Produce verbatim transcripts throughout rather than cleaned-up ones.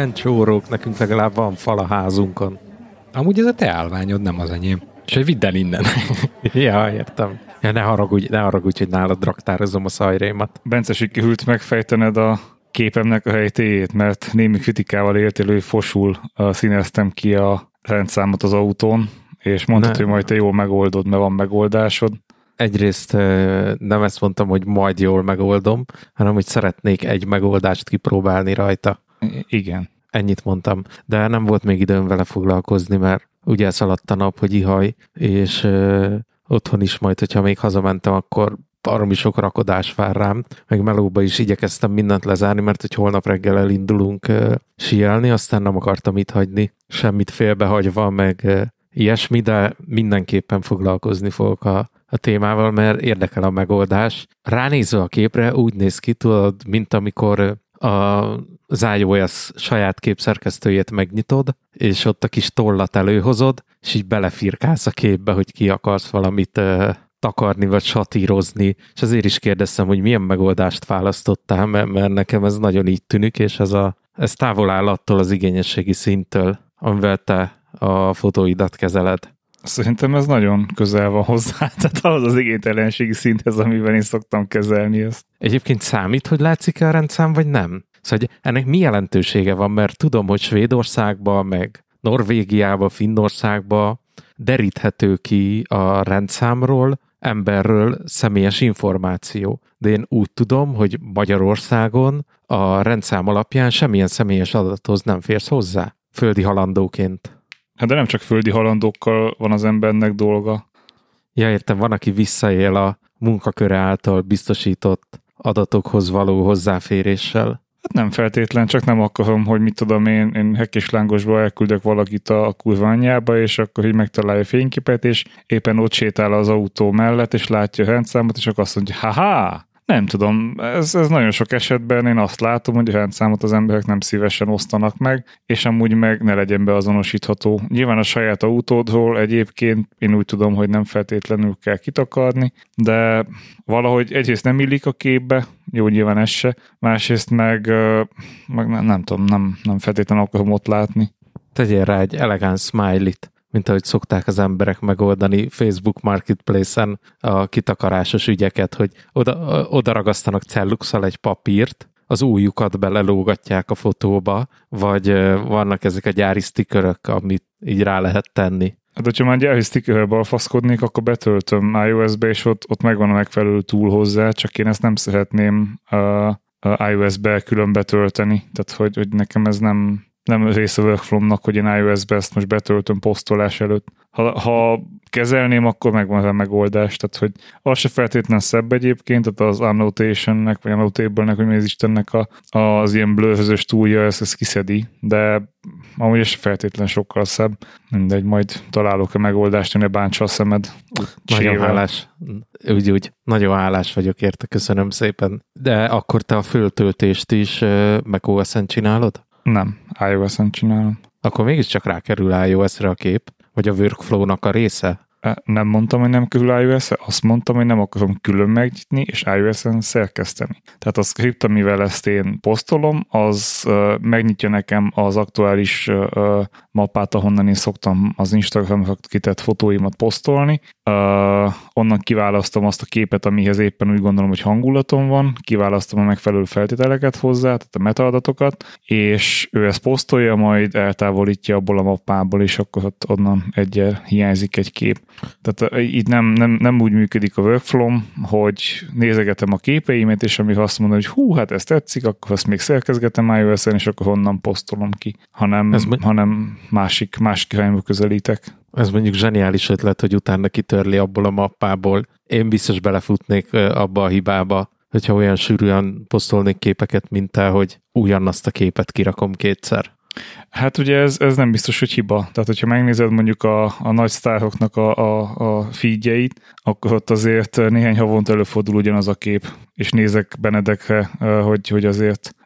milyen csórók, nekünk legalább van fal a házunkon. Amúgy ez a te állványod, nem az enyém. És hogy vidd el innen. Ja, értem. Ja, ne haragudj, ne haragudj, hogy nálad raktározom a szajrémat. Bence, sikerült megfejtened a képemnek a helytéjét, mert némi kritikával éltél, hogy fosul színeztem ki a rendszámot az autón, és mondtad, ne. hogy majd te jól megoldod, mert van megoldásod. Egyrészt nem ezt mondtam, hogy majd jól megoldom, hanem hogy szeretnék egy megoldást kipróbálni rajta. Igen. Ennyit mondtam, de nem volt még időm vele foglalkozni, mert ugye szaladt a nap, hogy ihaj, és ö, otthon is majd, hogyha még hazamentem, akkor baromi sok rakodás vár rám, meg melóba is igyekeztem mindent lezárni, mert hogy holnap reggel elindulunk ö, síelni, aztán nem akartam itt hagyni, semmit félbehagyva, meg ö, ilyesmi, de mindenképpen foglalkozni fogok a, a témával, mert érdekel a megoldás. Ránézve a képre úgy néz ki, tudod, mint amikor a az iOS saját képszerkesztőjét megnyitod, és ott a kis tollat előhozod, és így belefirkálsz a képbe, hogy ki akarsz valamit uh, takarni, vagy satírozni, és azért is kérdeztem, hogy milyen megoldást választottál, mert, mert nekem ez nagyon így tűnik, és ez, a, ez távol áll attól az igényességi szinttől, amivel te a fotóidat kezeled. Szerintem ez nagyon közel van hozzá, tehát ahhoz az igénytelenségi szinthez, amivel én szoktam kezelni ezt. Egyébként számít, hogy látszik-e a rendszám, vagy nem? Szóval ennek mi jelentősége van, mert tudom, hogy Svédországban, meg Norvégiában, Finnországban deríthető ki a rendszámról, emberről személyes információ. De én úgy tudom, hogy Magyarországon a rendszám alapján semmilyen személyes adathoz nem férsz hozzá, földi halandóként. Hát de nem csak földi halandókkal van az embernek dolga. Ja, értem, van, aki visszaél a munkaköre által biztosított adatokhoz való hozzáféréssel. Hát nem feltétlen, csak nem akarom, hogy mit tudom én, én hekéslángosba elküldök valakit a kurva anyjába, és akkor így megtalálja a fényképet, és éppen ott sétál az autó mellett, és látja a rendszámot, és akkor azt mondja, haha, nem tudom, ez, ez nagyon sok esetben én azt látom, hogy a rendszámot az emberek nem szívesen osztanak meg, és amúgy meg ne legyen beazonosítható. Nyilván a saját autódról egyébként én úgy tudom, hogy nem feltétlenül kell kitakarni, de valahogy egyrészt nem illik a képbe, jó, nyilván ez se, másrészt meg, meg nem, nem tudom, nem, nem feltétlenül akarom ott látni. Tegyél rá egy elegáns smiley-t, mint ahogy szokták az emberek megoldani Facebook Marketplace-en a kitakarásos ügyeket, hogy oda, oda ragasztanak celluxal egy papírt, az ujjukat belelógatják a fotóba, vagy vannak ezek a gyári stickerök, amit így rá lehet tenni. Hát, hogyha már gyári stickerrel alfaszkodnék, akkor betöltöm iOS-be, és ott, ott megvan a megfelelő tool hozzá, csak én ezt nem szeretném uh, uh, iOS-be külön betölteni. Tehát, hogy, hogy nekem ez nem... nem része a workflow-nak, hogy én iOS-be ezt most betöltöm posztolás előtt. Ha, ha kezelném, akkor megvan a megoldás, tehát hogy az se feltétlenül szebb egyébként, tehát az annotation-nek, vagy annotable-nek, hogy mi az Istennek a, az ilyen blurhözös túlja, ezt, ezt kiszedi, de amúgy is feltétlenül sokkal szebb. Mindegy, majd találok a megoldást, hogy ne bántsa a szemed. Nagyon hálás. Úgy, úgy. Nagyon hálás vagyok érte, köszönöm szépen. De akkor te a föltöltést is uh, macOS-en csinálod? Nem, iOS-en csinálom. Akkor mégiscsak rákerül iOS-re a kép? Vagy a workflow-nak a része? Nem mondtam, hogy nem kerül iOS-re, azt mondtam, hogy nem akarom külön megnyitni, és iOS-en szerkeszteni. Tehát a script, amivel ezt én posztolom, az uh, megnyitja nekem az aktuális uh, mappát, ahonnan én szoktam az Instagramra kitett fotóimat posztolni. Uh, onnan kiválasztom azt a képet, amihez éppen úgy gondolom, hogy hangulatom van, kiválasztom a megfelelő feltételeket hozzá, tehát a metaadatokat, és ő ezt posztolja, majd eltávolítja abból a mappából, és akkor ott onnan egyel hiányzik egy kép. Tehát itt nem, nem, nem úgy működik a workflow, hogy nézegetem a képeimet, és amíg azt mondom, hogy hú, hát ez tetszik, akkor azt még szerkezgetem iOS-en, és akkor honnan posztolom ki, hanem, ez hanem másik, másik irányba közelítek. Ez mondjuk zseniális ötlet, hogy utána kitörli abból a mappából. Én biztos belefutnék abba a hibába, hogyha olyan sűrűen posztolnék képeket, mint te, hogy ugyanazt a képet kirakom kétszer. Hát ugye ez, ez nem biztos, hogy hiba. Tehát, hogyha megnézed mondjuk a, a nagy sztároknak a, a, a feedjeit, akkor ott azért néhány havonta előfordul ugyanaz a kép, és nézek Benedekre, hogy, hogy azért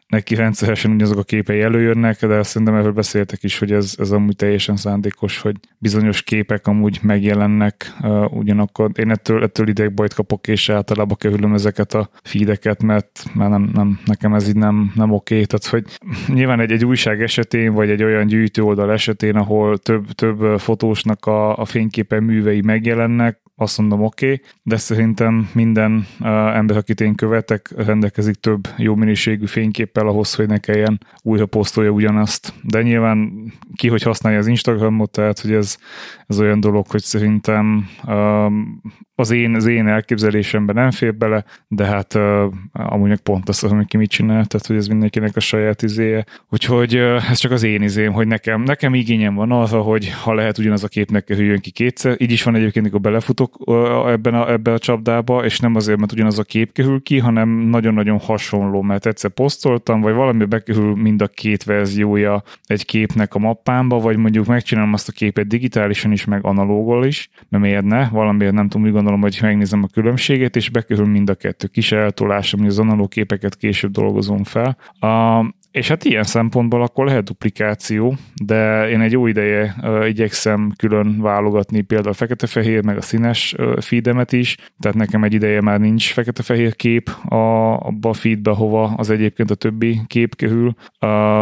neki rendszeresen ugyanazok a képei előjönnek, de szerintem erről beszéltek is, hogy ez, ez amúgy teljesen szándékos, hogy bizonyos képek amúgy megjelennek uh, ugyanakkor. Én ettől, ettől idegbajt kapok, és általában kerülöm ezeket a feedeket, mert, mert nem, nem, nekem ez így nem, nem oké. Tehát, hogy nyilván egy, egy újság esetén, vagy egy olyan gyűjtő oldal esetén, ahol több, több fotósnak a, a fényképe művei megjelennek, azt mondom oké, okay, de szerintem minden uh, ember, akit én követek, rendelkezik több jó minőségű fényképpel ahhoz, hogy ne kelljen újra posztolja ugyanazt. De nyilván ki, hogy használja az Instagramot, tehát hogy ez, ez olyan dolog, hogy szerintem um, az, én, az én elképzelésemben nem fér bele, de hát uh, amúgy meg pont azt, hogy ki mit csinál, tehát hogy ez mindenkinek a saját izéje. Úgyhogy uh, ez csak az én izém, hogy nekem, nekem igényem van arra, hogy ha lehet ugyanaz a képnek kerüljön ki kétszer. Így is van egyébként, amikor belefutok ebben a, ebben a csapdába, és nem azért, mert ugyanaz a kép kerül ki, hanem nagyon-nagyon hasonló, mert egyszer posztoltam, vagy valami bekerül mind a két verziója egy képnek a mappámba, vagy mondjuk megcsinálom azt a képet digitálisan is, meg analógol is, mert miért ne? Valamiért nem tudom, úgy gondolom, hogy megnézem a különbséget, és bekerül mind a kettő. Kis eltolás, hogy az analóg képeket később dolgozom fel. A És hát ilyen szempontból akkor lehet duplikáció, de én egy jó ideje uh, igyekszem külön válogatni például a fekete-fehér, meg a színes uh, feedemet is, tehát nekem egy ideje már nincs fekete-fehér kép a, abba a feedbe, hova az egyébként a többi kép kerül. Uh,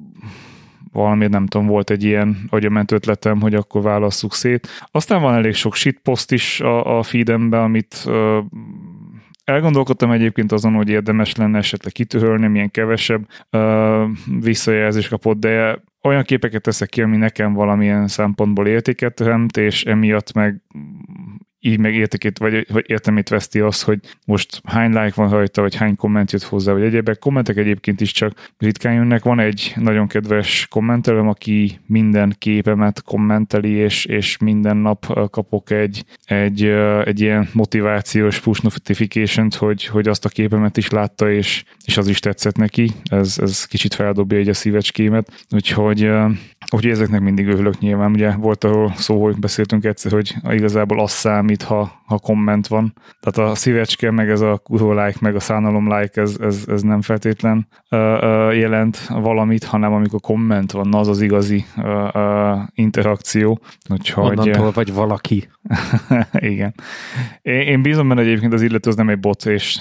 valamiért nem tudom, volt egy ilyen agyament ötletem, hogy akkor válasszuk szét. Aztán van elég sok shitpost is a, a feedemben, amit uh, elgondolkodtam egyébként azon, hogy érdemes lenne esetleg kitörölni, milyen kevesebb uh, visszajelzés kapott, de olyan képeket teszek ki, ami nekem valamilyen szempontból értéket teremt, és emiatt meg így meg értékét, vagy, vagy értelmét veszti az, hogy most hány like van rajta, vagy hány komment jött hozzá, vagy egyébek. Kommentek egyébként is csak ritkán jönnek. Van egy nagyon kedves kommentelőm, aki minden képemet kommenteli, és, és minden nap kapok egy, egy, egy ilyen motivációs push notification-t, hogy, hogy azt a képemet is látta, és, és az is tetszett neki. Ez, ez kicsit feldobja egy a szívecskémet. Úgyhogy Úgyhogy ezeknek mindig örülök nyilván. Ugye volt arról szó, hogy beszéltünk egyszer, hogy igazából az számít, ha, ha komment van. Tehát a szívecske, meg ez a kurva like, meg a szánalom like, ez, ez, ez nem feltétlen uh, uh, jelent valamit, hanem amikor komment van, az az igazi uh, uh, interakció. Úgyhogy, onnantól vagy valaki. Igen. Én, én bízom benne egyébként az illető, az nem egy bot, és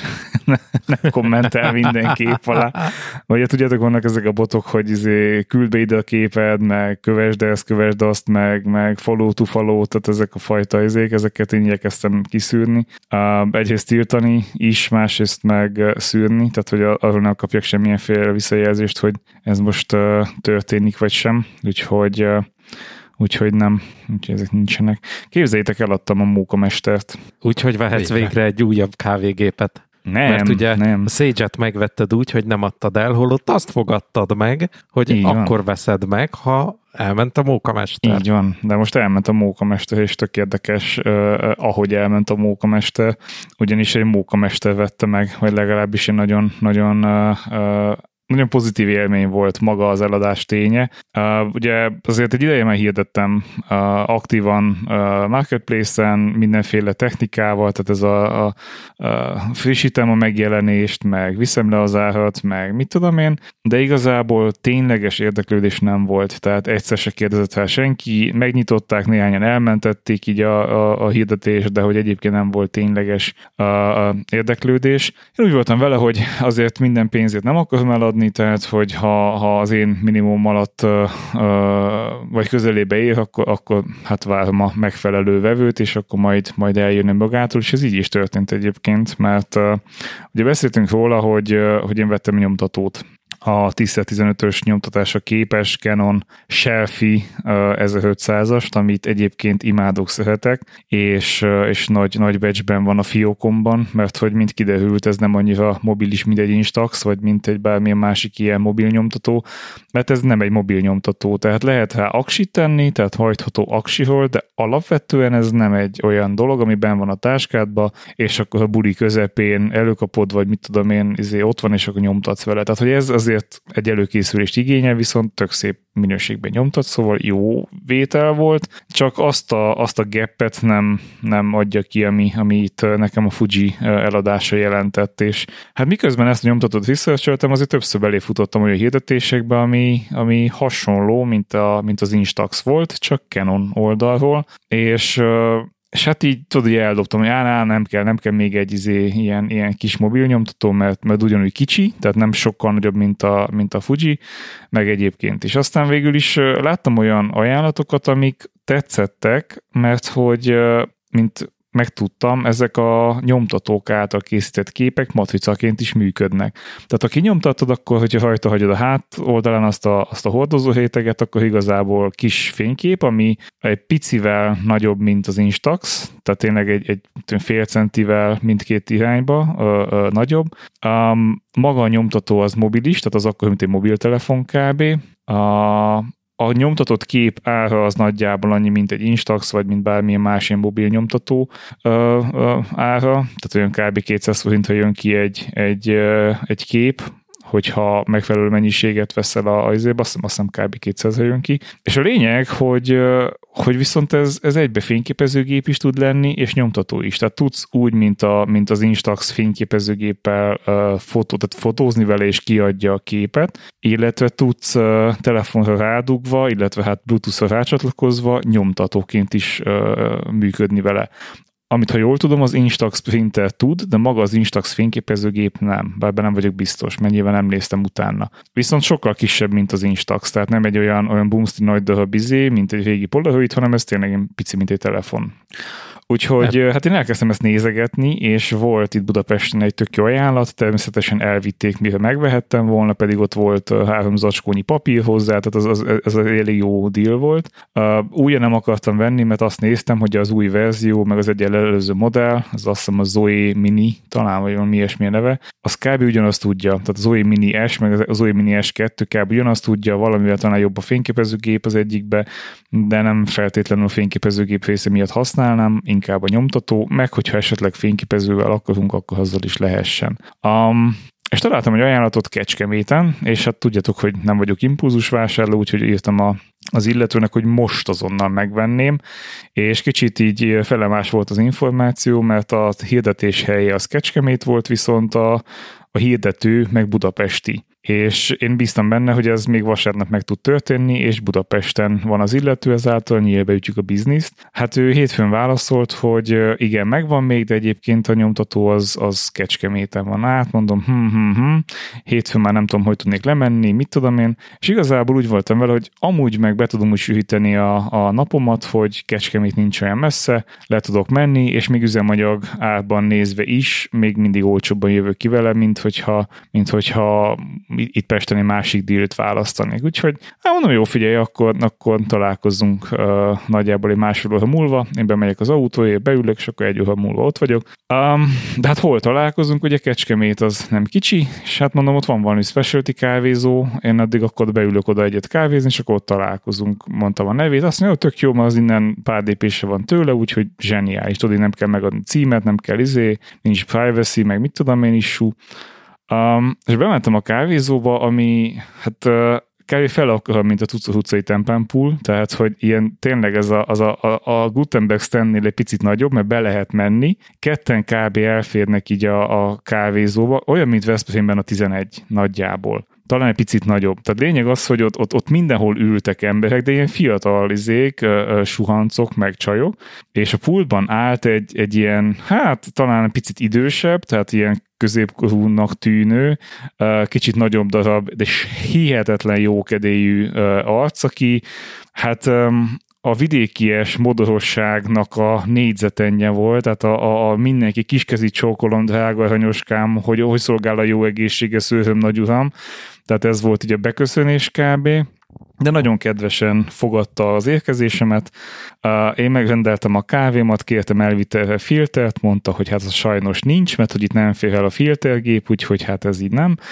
nem kommentel minden kép alá. Vagy tudjátok, vannak ezek a botok, hogy izé, küld be ide a képed, meg kövesd ezt, kövesd azt, meg, meg follow to follow, tehát ezek a fajta izék, ezeket én igyekeztem kiszűrni. Uh, egyrészt tiltani is, másrészt meg szűrni, tehát hogy arról nem kapjak semmilyenféle visszajelzést, hogy ez most uh, történik, vagy sem. Úgyhogy uh, Úgyhogy nem, úgyhogy ezek nincsenek. Képzeljétek, eladtam a mókamestert. Úgyhogy vehetsz végre. végre egy újabb kávégépet. Nem, Mert ugye nem. a Sage-et megvetted úgy, hogy nem adtad el, holott azt fogadtad meg, hogy Így akkor van. veszed meg, ha elment a mókamester. Így van, de most elment a mókamester, és tök érdekes, uh, ahogy elment a mókamester, ugyanis egy mókamester vette meg, vagy legalábbis egy nagyon, nagyon uh, uh, nagyon pozitív élmény volt maga az eladás ténye. Uh, ugye azért egy ideje már hirdettem uh, aktívan uh, Marketplace-en mindenféle technikával, tehát ez a, a, a frissítem a megjelenést, meg viszem le az árat, meg mit tudom én, de igazából tényleges érdeklődés nem volt, tehát egyszer se kérdezett fel senki, megnyitották, néhányan elmentették így a, a, a hirdetést, de hogy egyébként nem volt tényleges uh, uh, érdeklődés. Én úgy voltam vele, hogy azért minden pénzét nem akarom eladni, tehát hogy ha, ha az én minimum alatt uh, uh, vagy közelébe ér, akkor, akkor hát várom a megfelelő vevőt, és akkor majd, majd eljönne magától, és ez így is történt egyébként, mert uh, ugye beszéltünk róla, hogy, uh, hogy én vettem nyomtatót. A tíz tizenötös nyomtatásra képes Canon Shelfie uh, ezerötszázast, amit egyébként imádok, szeretek, és, uh, és nagy, nagy batchben van a fiókomban, mert hogy mint kiderült, ez nem annyira mobilis, mint egy Instax, vagy mint egy bármilyen másik ilyen mobil nyomtató, mert ez nem egy mobil nyomtató, tehát lehet rá aksit tenni, tehát hajtható aksiról, de alapvetően ez nem egy olyan dolog, ami benn van a táskádba, és akkor a buli közepén előkapod, vagy mit tudom én, izé ott van, és akkor nyomtatsz vele. Tehát, hogy ez azért azért egy előkészülést igényel, viszont tök szép minőségben nyomtat, szóval jó vétel volt, csak azt a, azt a gapet nem, nem adja ki, ami, ami itt nekem a Fuji eladása jelentett, és hát miközben ezt a nyomtatót visszacsöltem, azért többször belé futottam olyan hirdetésekbe, ami, ami hasonló, mint, a, mint az Instax volt, csak Canon oldalról, és És hát így tudod, hogy eldobtam, hogy á, nem kell, nem kell még egy izé, ilyen, ilyen kis mobil nyomtató, mert, mert ugyanúgy kicsi, tehát nem sokkal nagyobb, mint a, mint a Fuji, meg egyébként is. Aztán végül is láttam olyan ajánlatokat, amik tetszettek, mert hogy, mint megtudtam, ezek a nyomtatók által készített képek matricaként is működnek. Tehát ha kinyomtatod, akkor, hogyha rajta hagyod a hát oldalán azt a, azt a hordozó réteget, akkor igazából kis fénykép, ami egy picivel nagyobb, mint az Instax, tehát tényleg egy, egy fél centivel mindkét irányba ö, ö, nagyobb. Um, maga a nyomtató az mobilis, tehát az akkor, mint egy mobiltelefon kb. A A nyomtatott kép ára az nagyjából annyi, mint egy Instax, vagy mint bármilyen más ilyen mobil nyomtató ö, ö, ára, tehát olyan kb. kétszáz forint, ha jön ki egy, egy, ö, egy kép, hogyha megfelelő mennyiséget veszel a azért, azt hiszem kb. kétszáz jön ki. És a lényeg, hogy, hogy viszont ez, ez egybe fényképezőgép is tud lenni, és nyomtató is. Tehát tudsz úgy, mint, a, mint az Instax fényképezőgéppel uh, fotó, tehát fotózni vele, és kiadja a képet, illetve tudsz uh, telefonra rádugva, illetve hát Bluetooth-ra rácsatlakozva nyomtatóként is uh, működni vele. Amit, ha jól tudom, az Instax printer tud, de maga az Instax fényképezőgép nem, bár nem vagyok biztos, mert nyilván nem néztem utána. Viszont sokkal kisebb, mint az Instax, tehát nem egy olyan, olyan bumszti nagy darab izé, mint egy régi Polaroid, hanem ez tényleg pici, mint egy telefon. Úgyhogy nem. Hát én elkezdtem ezt nézegetni, és volt itt Budapesten egy tök jó ajánlat, természetesen elvitték, mire megvehettem volna, pedig ott volt három zacskónyi papír hozzá, tehát az, az, ez az elég jó deal volt. Uh, újra nem akartam venni, mert azt néztem, hogy az új verzió, meg az egy előző modell, az azt hiszem a Zoe Mini, talán vagy valami ilyesmi neve, az kb. Ugyanazt tudja, tehát a Zoe Mini S, meg a Zoe Mini S kettő kb. Ugyanazt tudja, valamivel talán jobb a fényképezőgép az egyikbe, de nem feltétlenül a fényképezőgép része miatt használnám, inkább a nyomtató, meg hogyha esetleg fényképezővel akarunk, akkor azzal is lehessen. Um, és találtam egy ajánlatot Kecskeméten, és hát tudjátok, hogy nem vagyok impulzusvásárló, úgyhogy írtam a, az illetőnek, hogy most azonnal megvenném, és kicsit így felemás volt az információ, mert a hirdetés helye az Kecskemét volt, viszont a, a hirdető meg budapesti. És én bíztam benne, hogy ez még vasárnap meg tud történni, és Budapesten van az illető, ezáltal nyílbeütjük a bizniszt. Hát ő hétfőn válaszolt, hogy igen, megvan még, de egyébként a nyomtató az, az Kecskeméten van át, mondom, hm, hm, hm. Hétfőn már nem tudom, hogy tudnék lemenni, mit tudom én, és igazából úgy voltam vele, hogy amúgy meg be tudom úgy sűríteni a, a napomat, hogy Kecskemét nincs olyan messze, le tudok menni, és még üzemanyag árban nézve is, még mindig olcsóbban jövök ki vele, mint hogyha, mint hogyha itt Pesten egy másik dílt választanék. Úgyhogy hát mondom, jó, figyelj, akkor, akkor találkozzunk uh, nagyjából egy másfél óra múlva, én bemegyek az autóért, beülök, és akkor egy óra múlva ott vagyok. Um, de hát hol találkozunk? Ugye Kecskemét az nem kicsi, és hát mondom, ott van valami specialty kávézó, én addig akkor beülök oda egyet kávézni, és akkor ott találkozunk, mondtam a nevét, azt mondja, tök jó, mert az innen pár lépésre van tőle, úgyhogy zseniális, tudod, nem kell megadni címet, nem kell izé, nincs privacy, meg mit tudom én is. Um, és bementem a kávézóba, ami hát uh, kb. Fel akar, mint a Tucor utcai Tempenpool, tehát hogy ilyen tényleg ez a, az a, a, a Gutenberg standnél egy picit nagyobb, mert be lehet menni, ketten kb. Elférnek így a, a kávézóba, olyan, mint Veszprémben a tizenegy nagyjából. Talán egy picit nagyobb. Tehát lényeg az, hogy ott, ott, ott mindenhol ültek emberek, de ilyen fiatal izék, suhancok, meg csajok, és a pultban állt egy, egy ilyen, hát talán egy picit idősebb, tehát ilyen középkorúnak tűnő, kicsit nagyobb darab, de hihetetlen jókedélyű arc, aki hát a vidékies modorosságnak a négyzetenje volt, tehát a, a, a mindenki kiskezi csókolom, drága aranyoskám, hogy hogy szolgál a jó egészsége, szőröm nagy uram. Tehát ez volt így a beköszönés kb. De nagyon kedvesen fogadta az érkezésemet. Én megrendeltem a kávémat, kértem elvitelre filtert, mondta, hogy hát az sajnos nincs, mert hogy itt nem fér el a filtergép, úgyhogy hát ez így nem.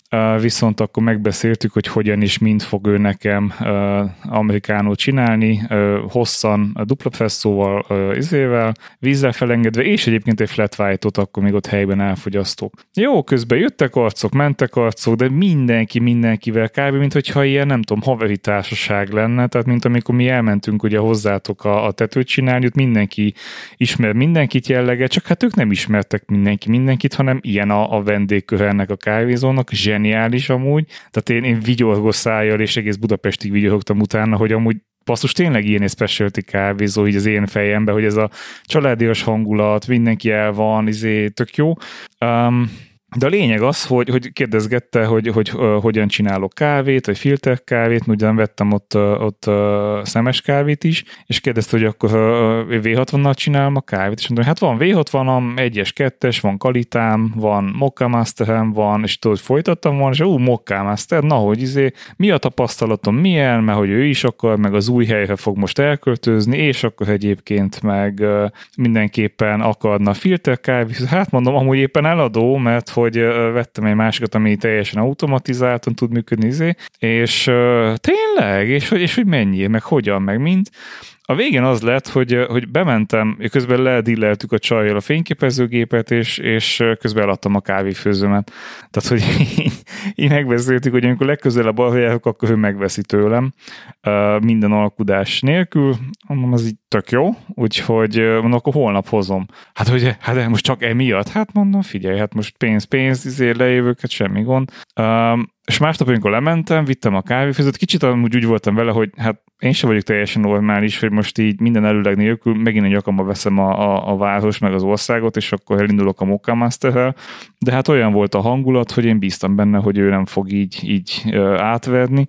viszont akkor megbeszéltük, hogy hogyan és mind fog ő nekem amerikánót csinálni, hosszan, dupla presszóval, izével, vízzel felengedve, és egyébként egy flat white-ot akkor még ott helyben elfogyasztok. Jó, közben jöttek arcok, mentek arcok, de mindenki mindenkivel kb. Mint hogyha ilyen, nem tudom, haveri társaság lenne, tehát mint amikor mi elmentünk ugye hozzátok a, a tetőt csinálni, ott mindenki ismer mindenkit jellege, csak hát ők nem ismertek mindenki mindenkit, hanem ilyen a, a vendégkör ennek a kávézónak, zseniális amúgy, tehát én, én vigyorgó szájjal és egész Budapestig vigyorogtam utána, hogy amúgy basszus, tényleg ilyen egy specialty kávézó, így az én fejemben, hogy ez a családias hangulat, mindenki el van, izé, tök jó. Um, De a lényeg az, hogy, hogy kérdezgette, hogy, hogy uh, hogyan csinálok kávét, vagy filter kávét, ugyan vettem ott, uh, ott uh, szemes kávét is, és kérdezte, hogy akkor uh, vé hatvannal csinálom a kávét, és mondtam, hogy hát van vé hatvanom, egyes, kettes, van Kalitám, van Mokka Masterem, van, és tudod, folytattam van, és ú, Mokka Master, na, hogy izé, mi a tapasztalatom, milyen, mert hogy ő is akar, meg az új helyre fog most elköltözni, és akkor egyébként meg uh, mindenképpen akarna filter kávét, hát mondom, amúgy éppen eladó, mert hogy vettem egy másikat, ami teljesen automatizáltan tud működni, izé, és uh, tényleg, és hogy, és hogy mennyi, meg hogyan, meg mind. A végén az lett, hogy, hogy bementem, közben ledilleltük a csajjal a fényképezőgépet, és, és közben eladtam a kávéfőzőmet. Tehát, hogy így, így megbeszéltük, hogy amikor legközelebb arra akkor ő megveszi tőlem uh, minden alkudás nélkül. Mondom, az így tök jó, úgyhogy mondom, akkor holnap hozom. Hát, hogy hát most csak emiatt? Hát mondom, figyelj, hát most pénz, pénz, izé, lejövök, hát semmi gond. Um, és másnap, amikor lementem, vittem a kávéfőzőt, kicsit amúgy úgy voltam vele, hogy hát én sem vagyok teljesen normális, hogy most így minden előleg nélkül megint egy nyakamba veszem a, a, a város meg az országot, és akkor elindulok a Mokka Masterrel, de hát olyan volt a hangulat, hogy én bíztam benne, hogy ő nem fog így, így uh, átverni,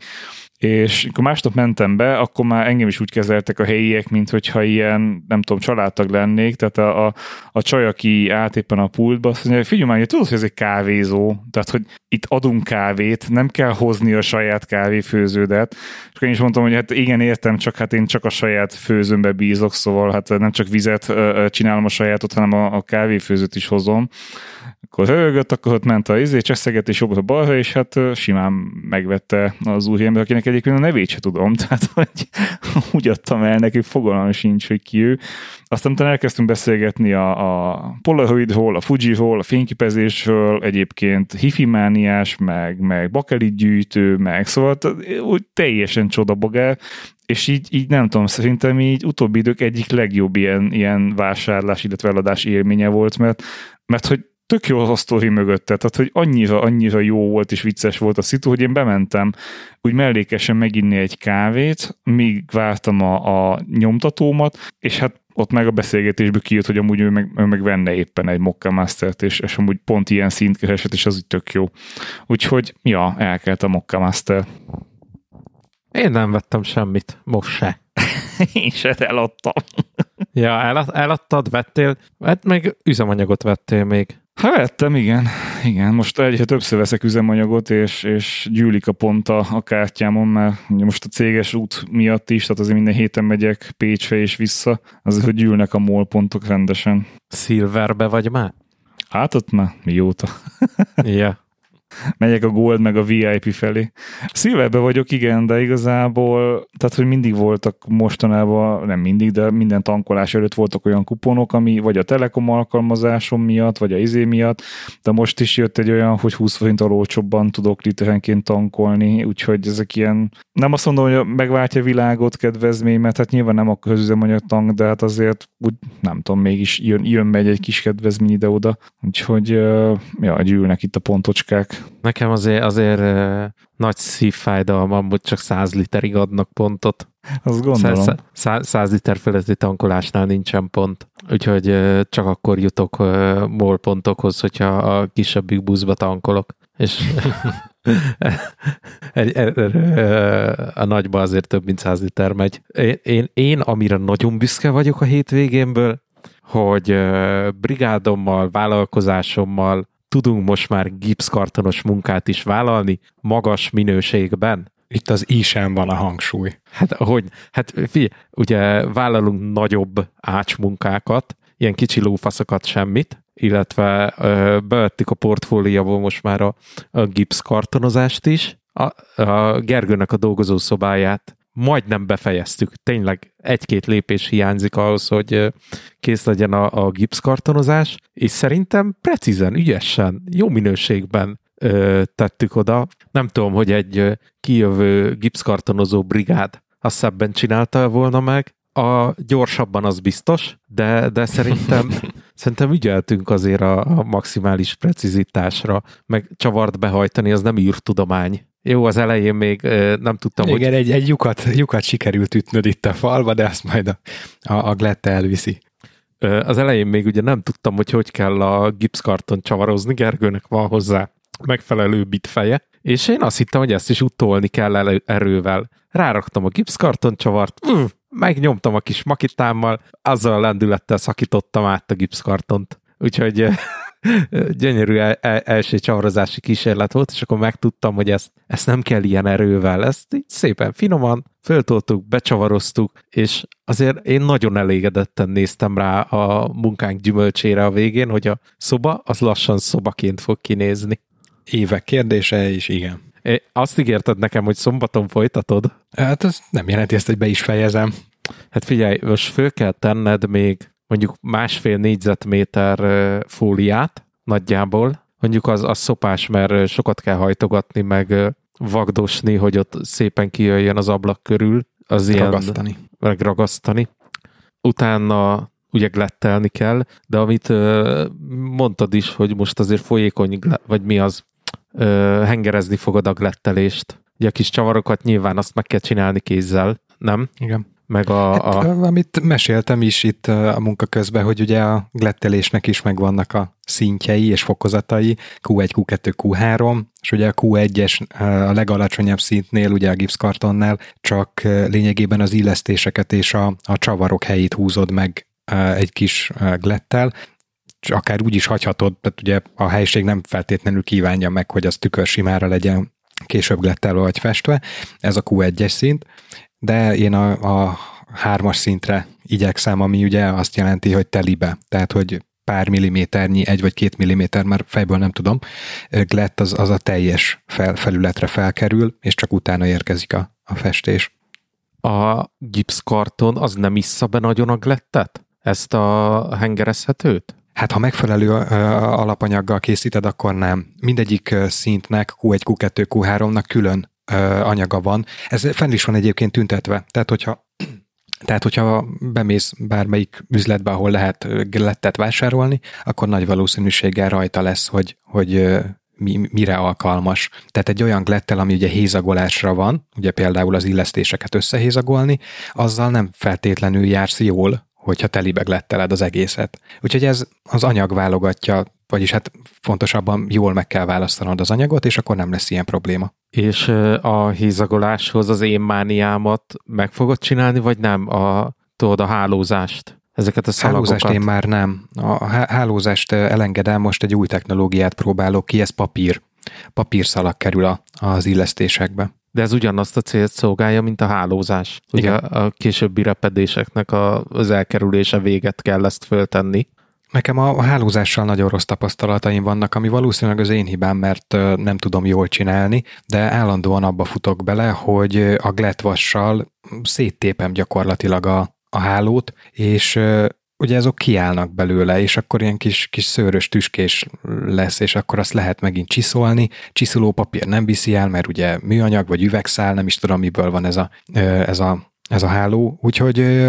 és amikor másnap mentem be, akkor már engem is úgy kezeltek a helyiek, mint hogyha ilyen, nem tudom, családtag lennék, tehát a, a, a csaj, aki állt éppen a pultba, azt mondja, figyelj már, tudod, hogy ez egy kávézó, tehát hogy itt adunk kávét, nem kell hozni a saját kávéfőződet, és én is mondtam, hogy hát igen, értem, csak hát én csak a saját főzőmbe bízok, szóval hát nem csak vizet csinálom a sajátot, hanem a, a kávéfőzőt is hozom. Akkor hölgött, akkor ott ment a izé, cseszegetés jobbra balra, és hát simán megvette az úriember, akinek egyébként a nevét se tudom, tehát hogy úgy adtam el neki, fogalmam sincs, hogy ki ő. Aztán utána elkezdtünk beszélgetni a, a Polaroidról, a Fujiról, a fényképezésről, egyébként hifimániás, meg, meg bakelit gyűjtő, meg szóval úgy teljesen csodabogár, és így, így nem tudom, szerintem így utóbbi idők egyik legjobb ilyen, ilyen vásárlás, illetve eladás élménye volt, mert, mert hogy tök jó a sztori mögötte, tehát hogy annyira, annyira jó volt és vicces volt a szitu, hogy én bementem úgy mellékesen meginni egy kávét, míg vártam a, a nyomtatómat, és hát ott meg a beszélgetésből kijött, hogy amúgy ő meg, ő meg venne éppen egy Mokka Mastert, és, és amúgy pont ilyen szint keresett, és az úgy tök jó. Úgyhogy, ja, elkelt a Mokka Master. Én nem vettem semmit, most se. Én se eladtam. Ja, elad, eladtad, vettél, hát meg üzemanyagot vettél még. Hát vettem, igen. Igen, most egyre többször veszek üzemanyagot, és, és gyűlik a pont a, a kártyámon, mert most a céges út miatt is, tehát azért minden héten megyek Pécsre és vissza, azért, hogy gyűlnek a MOL pontok rendesen. Silverbe vagy már? Hát ott már mióta. Ja. Megyek a Gold meg a vé i pé felé. Silverbe vagyok, igen, de igazából, tehát, hogy mindig voltak mostanában, nem mindig, de minden tankolás előtt voltak olyan kuponok, ami vagy a Telekom alkalmazásom miatt, vagy a izé miatt, de most is jött egy olyan, hogy húsz forinttal olcsóbban tudok literenként tankolni, úgyhogy ezek ilyen, nem azt mondom, hogy megváltja világot kedvezmény, mert hát nyilván nem a közüzemanyag tank, de hát azért úgy, nem tudom, mégis jön, jön megy egy kis kedvezmény ide-oda, úgyhogy ja, gyűlnek itt a pontocskák. Nekem azért, azért uh, nagy szívfájdalmam, hogy csak száz literig adnak pontot. Azt gondolom. száz liter feletti tankolásnál nincsen pont. Úgyhogy uh, csak akkor jutok uh, MOL pontokhoz, hogyha a kisebbik buszba tankolok. És a nagyba azért több mint száz liter megy. Én, én, én amire nagyon büszke vagyok a hétvégénből, hogy uh, brigádommal, vállalkozásommal tudunk most már gipszkartonos munkát is vállalni, magas minőségben. Itt az ísen van a hangsúly. Hát, hogy, hát figyelj, ugye vállalunk nagyobb ácsmunkákat, ilyen kicsi lófaszokat semmit, illetve ö, bevettük a portfólióból most már a, a gipszkartonozást is. A, a Gergőnek a dolgozószobáját majdnem befejeztük. Tényleg egy-két lépés hiányzik ahhoz, hogy kész legyen a, a gipszkartonozás, és szerintem precízen, ügyesen, jó minőségben ö, tettük oda. Nem tudom, hogy egy kijövő gipszkartonozó brigád azt szebben csinálta volna meg. A gyorsabban az biztos, de, de szerintem, szerintem ügyeltünk azért a, a maximális precizitásra, meg csavart behajtani, az nem űrtudomány. Jó, az elején még nem tudtam, igen, hogy... egy, egy lyukat, lyukat sikerült ütnöd itt a falba, de azt majd a, a, a Glette elviszi. Az elején még ugye nem tudtam, hogy hogy kell a gipszkarton csavarozni, Gergőnek van hozzá megfelelő bitfeje, és én azt hittem, hogy ezt is utolni kell elő, erővel. Ráraktam a gipszkarton csavart, mm, megnyomtam a kis makitámmal, azzal a lendülettel szakítottam át a gipszkartont. Úgyhogy gyönyörű el, el, első csavarozási kísérlet volt, és akkor megtudtam, hogy ezt, ezt nem kell ilyen erővel, ezt így szépen finoman föltoltuk, becsavaroztuk, és azért én nagyon elégedetten néztem rá a munkánk gyümölcsére a végén, hogy a szoba az lassan szobaként fog kinézni. Évek kérdése, és igen. É, azt ígérted nekem, hogy szombaton folytatod? Hát ez nem jelenti ezt, hogy be is fejezem. Hát figyelj, most föl kell tenned még mondjuk másfél négyzetméter fóliát nagyjából. Mondjuk az, az szopás, mert sokat kell hajtogatni, meg vagdosni, hogy ott szépen kijöjjön az ablak körül. Az ragasztani. Ilyen, megragasztani. Utána ugye glettelni kell, de amit mondtad is, hogy most azért folyékony, vagy mi az, hengerezni fogod a glettelést. Ugye a kis csavarokat nyilván azt meg kell csinálni kézzel, nem? Igen. Meg a, hát, a... amit meséltem is itt a munka közben, hogy ugye a glettelésnek is megvannak a szintjei és fokozatai, kú egy, kú kettő, kú három, és ugye a kú egyes a legalacsonyabb szintnél, ugye a gipszkartonnál csak lényegében az illesztéseket és a, a csavarok helyét húzod meg egy kis glettel, akár úgy is hagyhatod, tehát ugye a helység nem feltétlenül kívánja meg, hogy az tükörsimára legyen később glettelve vagy festve, ez a kú egyes szint, de én a, a hármas szintre igyekszem, ami ugye azt jelenti, hogy telibe, tehát hogy pár milliméternyi, egy vagy két milliméter, már fejből nem tudom, glett az, az a teljes fel, felületre felkerül, és csak utána érkezik a, a festés. A gipszkarton az nem issza be nagyon a glettet? Ezt a hengerezhetőt? Hát ha megfelelő alapanyaggal készíted, akkor nem. Mindegyik szintnek, kú egy, kú kettő, kú háromnak külön anyaga van. Ez fenn is van egyébként tüntetve. Tehát, hogyha Tehát, hogyha bemész bármelyik üzletbe, ahol lehet glettet vásárolni, akkor nagy valószínűséggel rajta lesz, hogy, hogy mi, mire alkalmas. Tehát egy olyan glettel, ami ugye hézagolásra van, ugye például az illesztéseket összehézagolni, azzal nem feltétlenül jársz jól, hogyha telibe gletteled az egészet. Úgyhogy ez az anyag válogatja, vagyis hát fontosabban jól meg kell választanod az anyagot, és akkor nem lesz ilyen probléma. És a hézagoláshoz az én mániámat meg fogod csinálni, vagy nem? A, tudod, a hálózást? Ezeket a szalagokat? Hálózást én már nem. A hálózást elengedem, most egy új technológiát próbálok ki, ez papír. Papírszalag kerül a, az illesztésekbe. De ez ugyanazt a célt szolgálja, mint a hálózás. Ugye a későbbi repedéseknek a, az elkerülése véget kell ezt föltenni. Nekem a hálózással nagyon rossz tapasztalataim vannak, ami valószínűleg az én hibám, mert nem tudom jól csinálni, de állandóan abba futok bele, hogy a glettvassal széttépem gyakorlatilag a, a hálót, és ugye azok kiállnak belőle, és akkor ilyen kis, kis szőrös tüskés lesz, és akkor azt lehet megint csiszolni. Csiszolópapír nem viszi el, mert ugye műanyag vagy üvegszál, nem is tudom, miből van ez a, ez a, ez a háló. Úgyhogy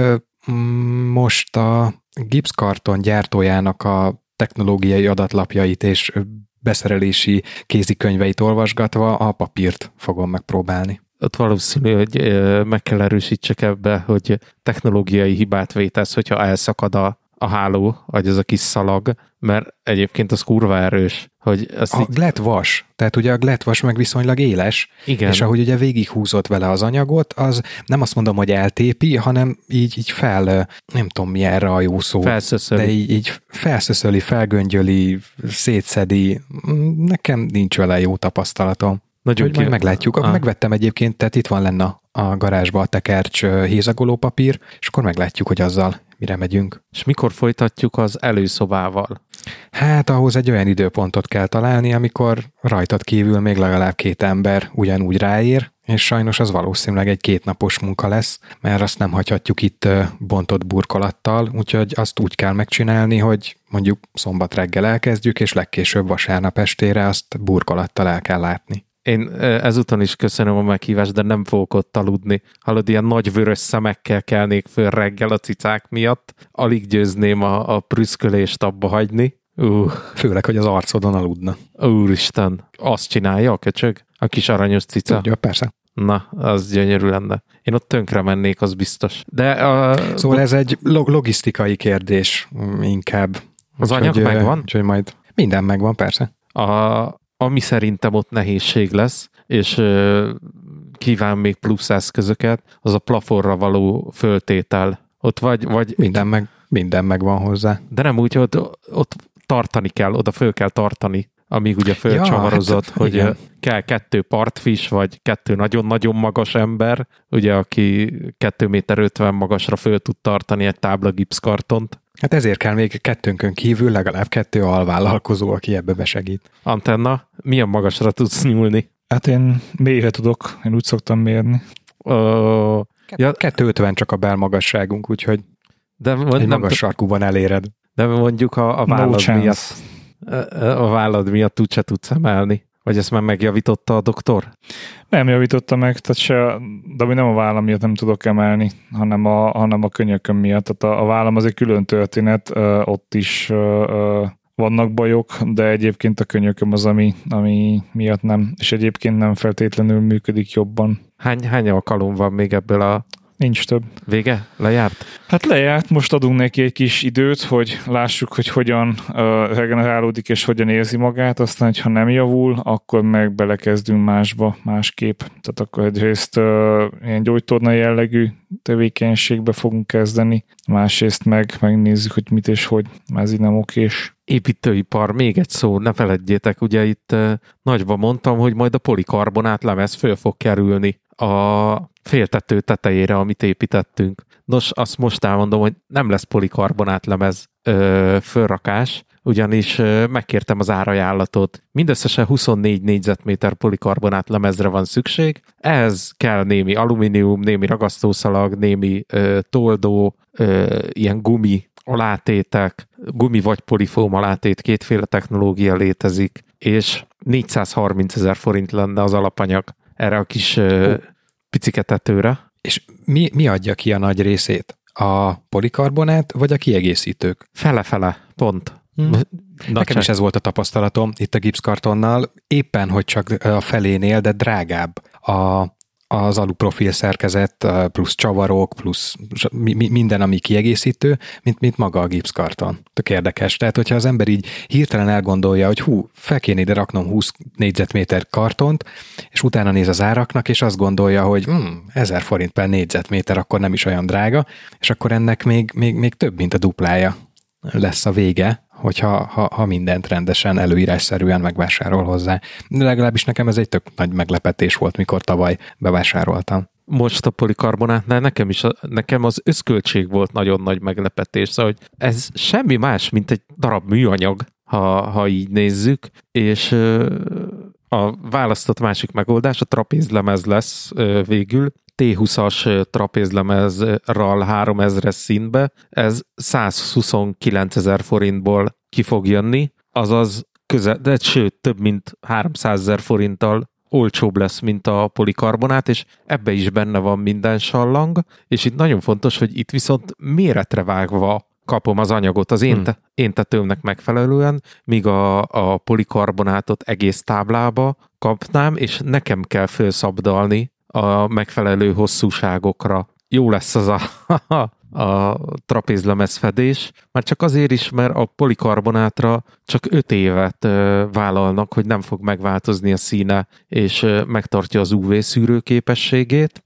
most a gipszkarton gyártójának a technológiai adatlapjait és beszerelési kézikönyveit olvasgatva a papírt fogom megpróbálni. Ott valószínű, hogy meg kell erősítsek ebbe, hogy technológiai hibát vétesz, hogyha elszakad a, a háló, vagy az a kis szalag, mert egyébként az kurva erős. Hogy a így... glettvas, tehát ugye a glettvas meg viszonylag éles, igen. És ahogy ugye végighúzott vele az anyagot, az nem azt mondom, hogy eltépi, hanem így, így fel, nem tudom mi erre a jó szó, felszöszöli. De így, így felszöszöli, felgöngyöli, szétszedi. Nekem nincs vele jó tapasztalatom. Nagyon majd meglátjuk. Ah. Megvettem egyébként, tehát itt van lenne a garázsba a tekercs hézagoló papír, és akkor meglátjuk, hogy azzal mire megyünk. És mikor folytatjuk az előszobával? Hát ahhoz egy olyan időpontot kell találni, amikor rajtad kívül még legalább két ember ugyanúgy ráér, és sajnos az valószínűleg egy kétnapos munka lesz, mert azt nem hagyhatjuk itt bontott burkolattal, úgyhogy azt úgy kell megcsinálni, hogy mondjuk szombat reggel elkezdjük, és legkésőbb vasárnap estére azt burkolattal el kell látni. Én ezúton is köszönöm a meghívást, de nem fogok ott aludni. Hallod, ilyen nagy vörös szemekkel kelnék föl reggel a cicák miatt. Alig győzném a, a prüszkölést abba hagyni. Uh. Főleg, hogy az arcodon aludna. Úristen, azt csinálja a köcsög? A kis aranyos cica? Tudja, persze. Na, az gyönyörű lenne. Én ott tönkre mennék, az biztos. De a... Szóval ez egy logisztikai kérdés inkább. Az anyag úgy, megvan? Úgyhogy majd minden megvan, persze. A... Ami szerintem ott nehézség lesz, és uh, kíván még plusz eszközöket, az a plafonra való föltétel. Ott vagy... vagy minden, meg, minden megvan hozzá. De nem úgy, hogy ott, ott tartani kell, oda föl kell tartani, amíg ugye fölcsavarozott, ja, hát, hogy igen. Kell kettő partfis, vagy kettő nagyon-nagyon magas ember, ugye, aki kettő méter ötven magasra föl tud tartani egy tábla gipszkartont. Hát ezért kell még kettőnkön kívül legalább kettő alvállalkozó, aki ebbe besegít. Antenna, milyen magasra tudsz nyúlni? Hát én mélyre tudok, én úgy szoktam mérni. Uh, ja. kettő ötven csak a belmagasságunk, úgyhogy de egy nem magas t- sarkúban eléred. De mondjuk a, a vállad no miatt a vállad miatt úgy se tudsz emelni. Vagy ezt már megjavította a doktor? Nem javította meg, tehát se, de ami nem a vállam miatt nem tudok emelni, hanem a, hanem a könyököm miatt. Tehát a, a vállam az egy külön történet, ott is vannak bajok, de egyébként a könyököm az, ami, ami miatt nem, és egyébként nem feltétlenül működik jobban. Hány, hány alkalom van még ebből a... Nincs több. Vége? Lejárt? Hát lejárt, most adunk neki egy kis időt, hogy lássuk, hogy hogyan uh, regenerálódik és hogyan érzi magát, aztán, ha nem javul, akkor meg belekezdünk másba, másképp. Tehát akkor egyrészt uh, ilyen gyógytorna jellegű tevékenységbe fogunk kezdeni, másrészt meg megnézzük, hogy mit és hogy, mert ez így nem okés. Építőipar, még egy szó, ne feledjétek, ugye itt uh, nagyban mondtam, hogy majd a polikarbonát lemez föl fog kerülni a féltető tetejére, amit építettünk. Nos, azt most elmondom, hogy nem lesz polikarbonát lemez ö, fölrakás, ugyanis ö, megkértem az árajánlatot. Mindösszesen huszonnégy négyzetméter polikarbonát lemezre van szükség. Ehhez kell némi alumínium, némi ragasztószalag, némi ö, toldó, ö, ilyen gumi alátétek, gumi vagy polifóm alátét, kétféle technológia létezik, és négyszázharmincezer forint lenne az alapanyag erre a kis ö, picike tetőre. És mi, mi adja ki a nagy részét? A polikarbonát, vagy a kiegészítők? Fele-fele, pont. Hmm. Nekem is ez volt a tapasztalatom itt a gipszkartonnal, éppen, hogy csak a felénél, de drágább a, az aluprofil szerkezet, plusz csavarok, plusz minden, ami kiegészítő, mint, mint maga a gipszkarton. Tök érdekes. Tehát, hogyha az ember így hirtelen elgondolja, hogy hú, fel kéne ide raknom húsz négyzetméter kartont, és utána néz az áraknak, és azt gondolja, hogy hm, ezer forint per négyzetméter, akkor nem is olyan drága, és akkor ennek még, még, még több, mint a duplája lesz a vége, hogyha ha, ha mindent rendesen, előírásszerűen megvásárol hozzá. De legalábbis nekem ez egy tök nagy meglepetés volt, mikor tavaly bevásároltam. Most a polikarbonátnál nekem is, nekem az összköltség volt nagyon nagy meglepetés, szóval hogy ez semmi más, mint egy darab műanyag, ha, ha így nézzük, és a választott másik megoldás a trapézlemez lesz végül, té húszas trapézlemezral háromezres színbe, ez százhuszonkilencezer forintból ki fog jönni, azaz közel, de sőt, több mint háromszázezer forinttal olcsóbb lesz, mint a polikarbonát, és ebbe is benne van minden sallang, és itt nagyon fontos, hogy itt viszont méretre vágva kapom az anyagot az én, te, hmm. én tetőmnek megfelelően, míg a, a polikarbonátot egész táblába kapnám, és nekem kell felszabdalni a megfelelő hosszúságokra. Jó lesz az a, a trapézlemez fedés, már csak azért is, mert a polikarbonátra csak öt évet vállalnak, hogy nem fog megváltozni a színe, és megtartja az ú vé szűrő képességét.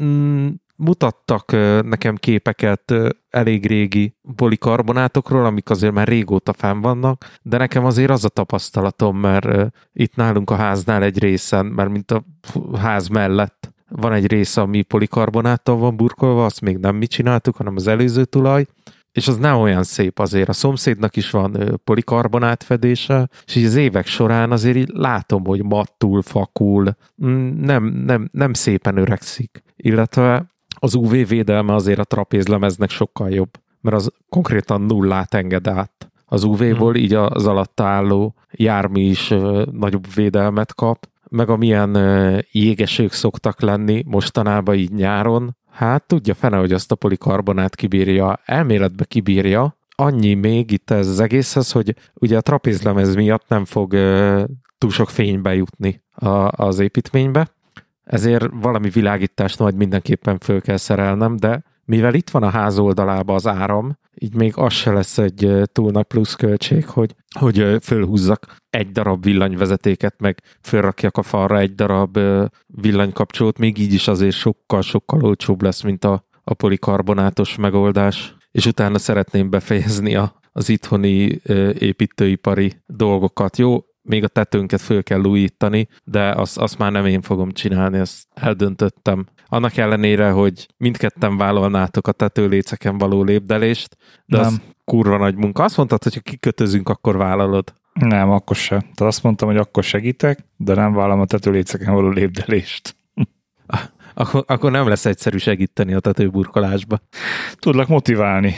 Mutattak nekem képeket elég régi polikarbonátokról, amik azért már régóta fenn vannak, de nekem azért az a tapasztalatom, mert itt nálunk a háznál egy részen, mert mint a ház mellett van egy része, ami polikarbonáttal van burkolva, azt még nem mi csináltuk, hanem az előző tulaj, és az nem olyan szép azért. A szomszédnak is van polikarbonát fedése, és így az évek során azért így látom, hogy mattul, fakul, nem, nem, nem szépen öregszik. Illetve az ú vé védelme azért a trapézlemeznek sokkal jobb, mert az konkrétan nullát enged át az ú vé-ból, így az alatta álló jármű is nagyobb védelmet kap, meg amilyen jégesők szoktak lenni mostanában így nyáron, hát tudja fene, hogy azt a polikarbonát kibírja, elméletbe kibírja, annyi még itt ez az egészhez, hogy ugye a trapézlemez miatt nem fog uh, túl sok fénybe jutni a, az építménybe, ezért valami világítást majd mindenképpen föl kell szerelnem, de mivel itt van a ház oldalában az áram, így még az se lesz egy uh, túl nagy pluszköltség, hogy, hogy uh, fölhúzzak egy darab villanyvezetéket, meg fölrakjak a falra egy darab uh, villanykapcsolót, még így is azért sokkal-sokkal olcsóbb lesz, mint a, a polikarbonátos megoldás. És utána szeretném befejezni a, az itthoni uh, építőipari dolgokat. Jó, még a tetőnket föl kell újítani, de azt, azt már nem én fogom csinálni, ezt eldöntöttem. Annak ellenére, hogy mindketten vállalnátok a tetőléceken való lépdelést, de nem. Az kurva nagy munka. Azt mondtad, hogy ha kikötözünk, akkor vállalod. Nem, akkor se. Tehát azt mondtam, hogy akkor segítek, de nem vállalom a tetőléceken való lépdelést. Akkor, akkor nem lesz egyszerű segíteni a tetőburkolásba. Tudlak motiválni.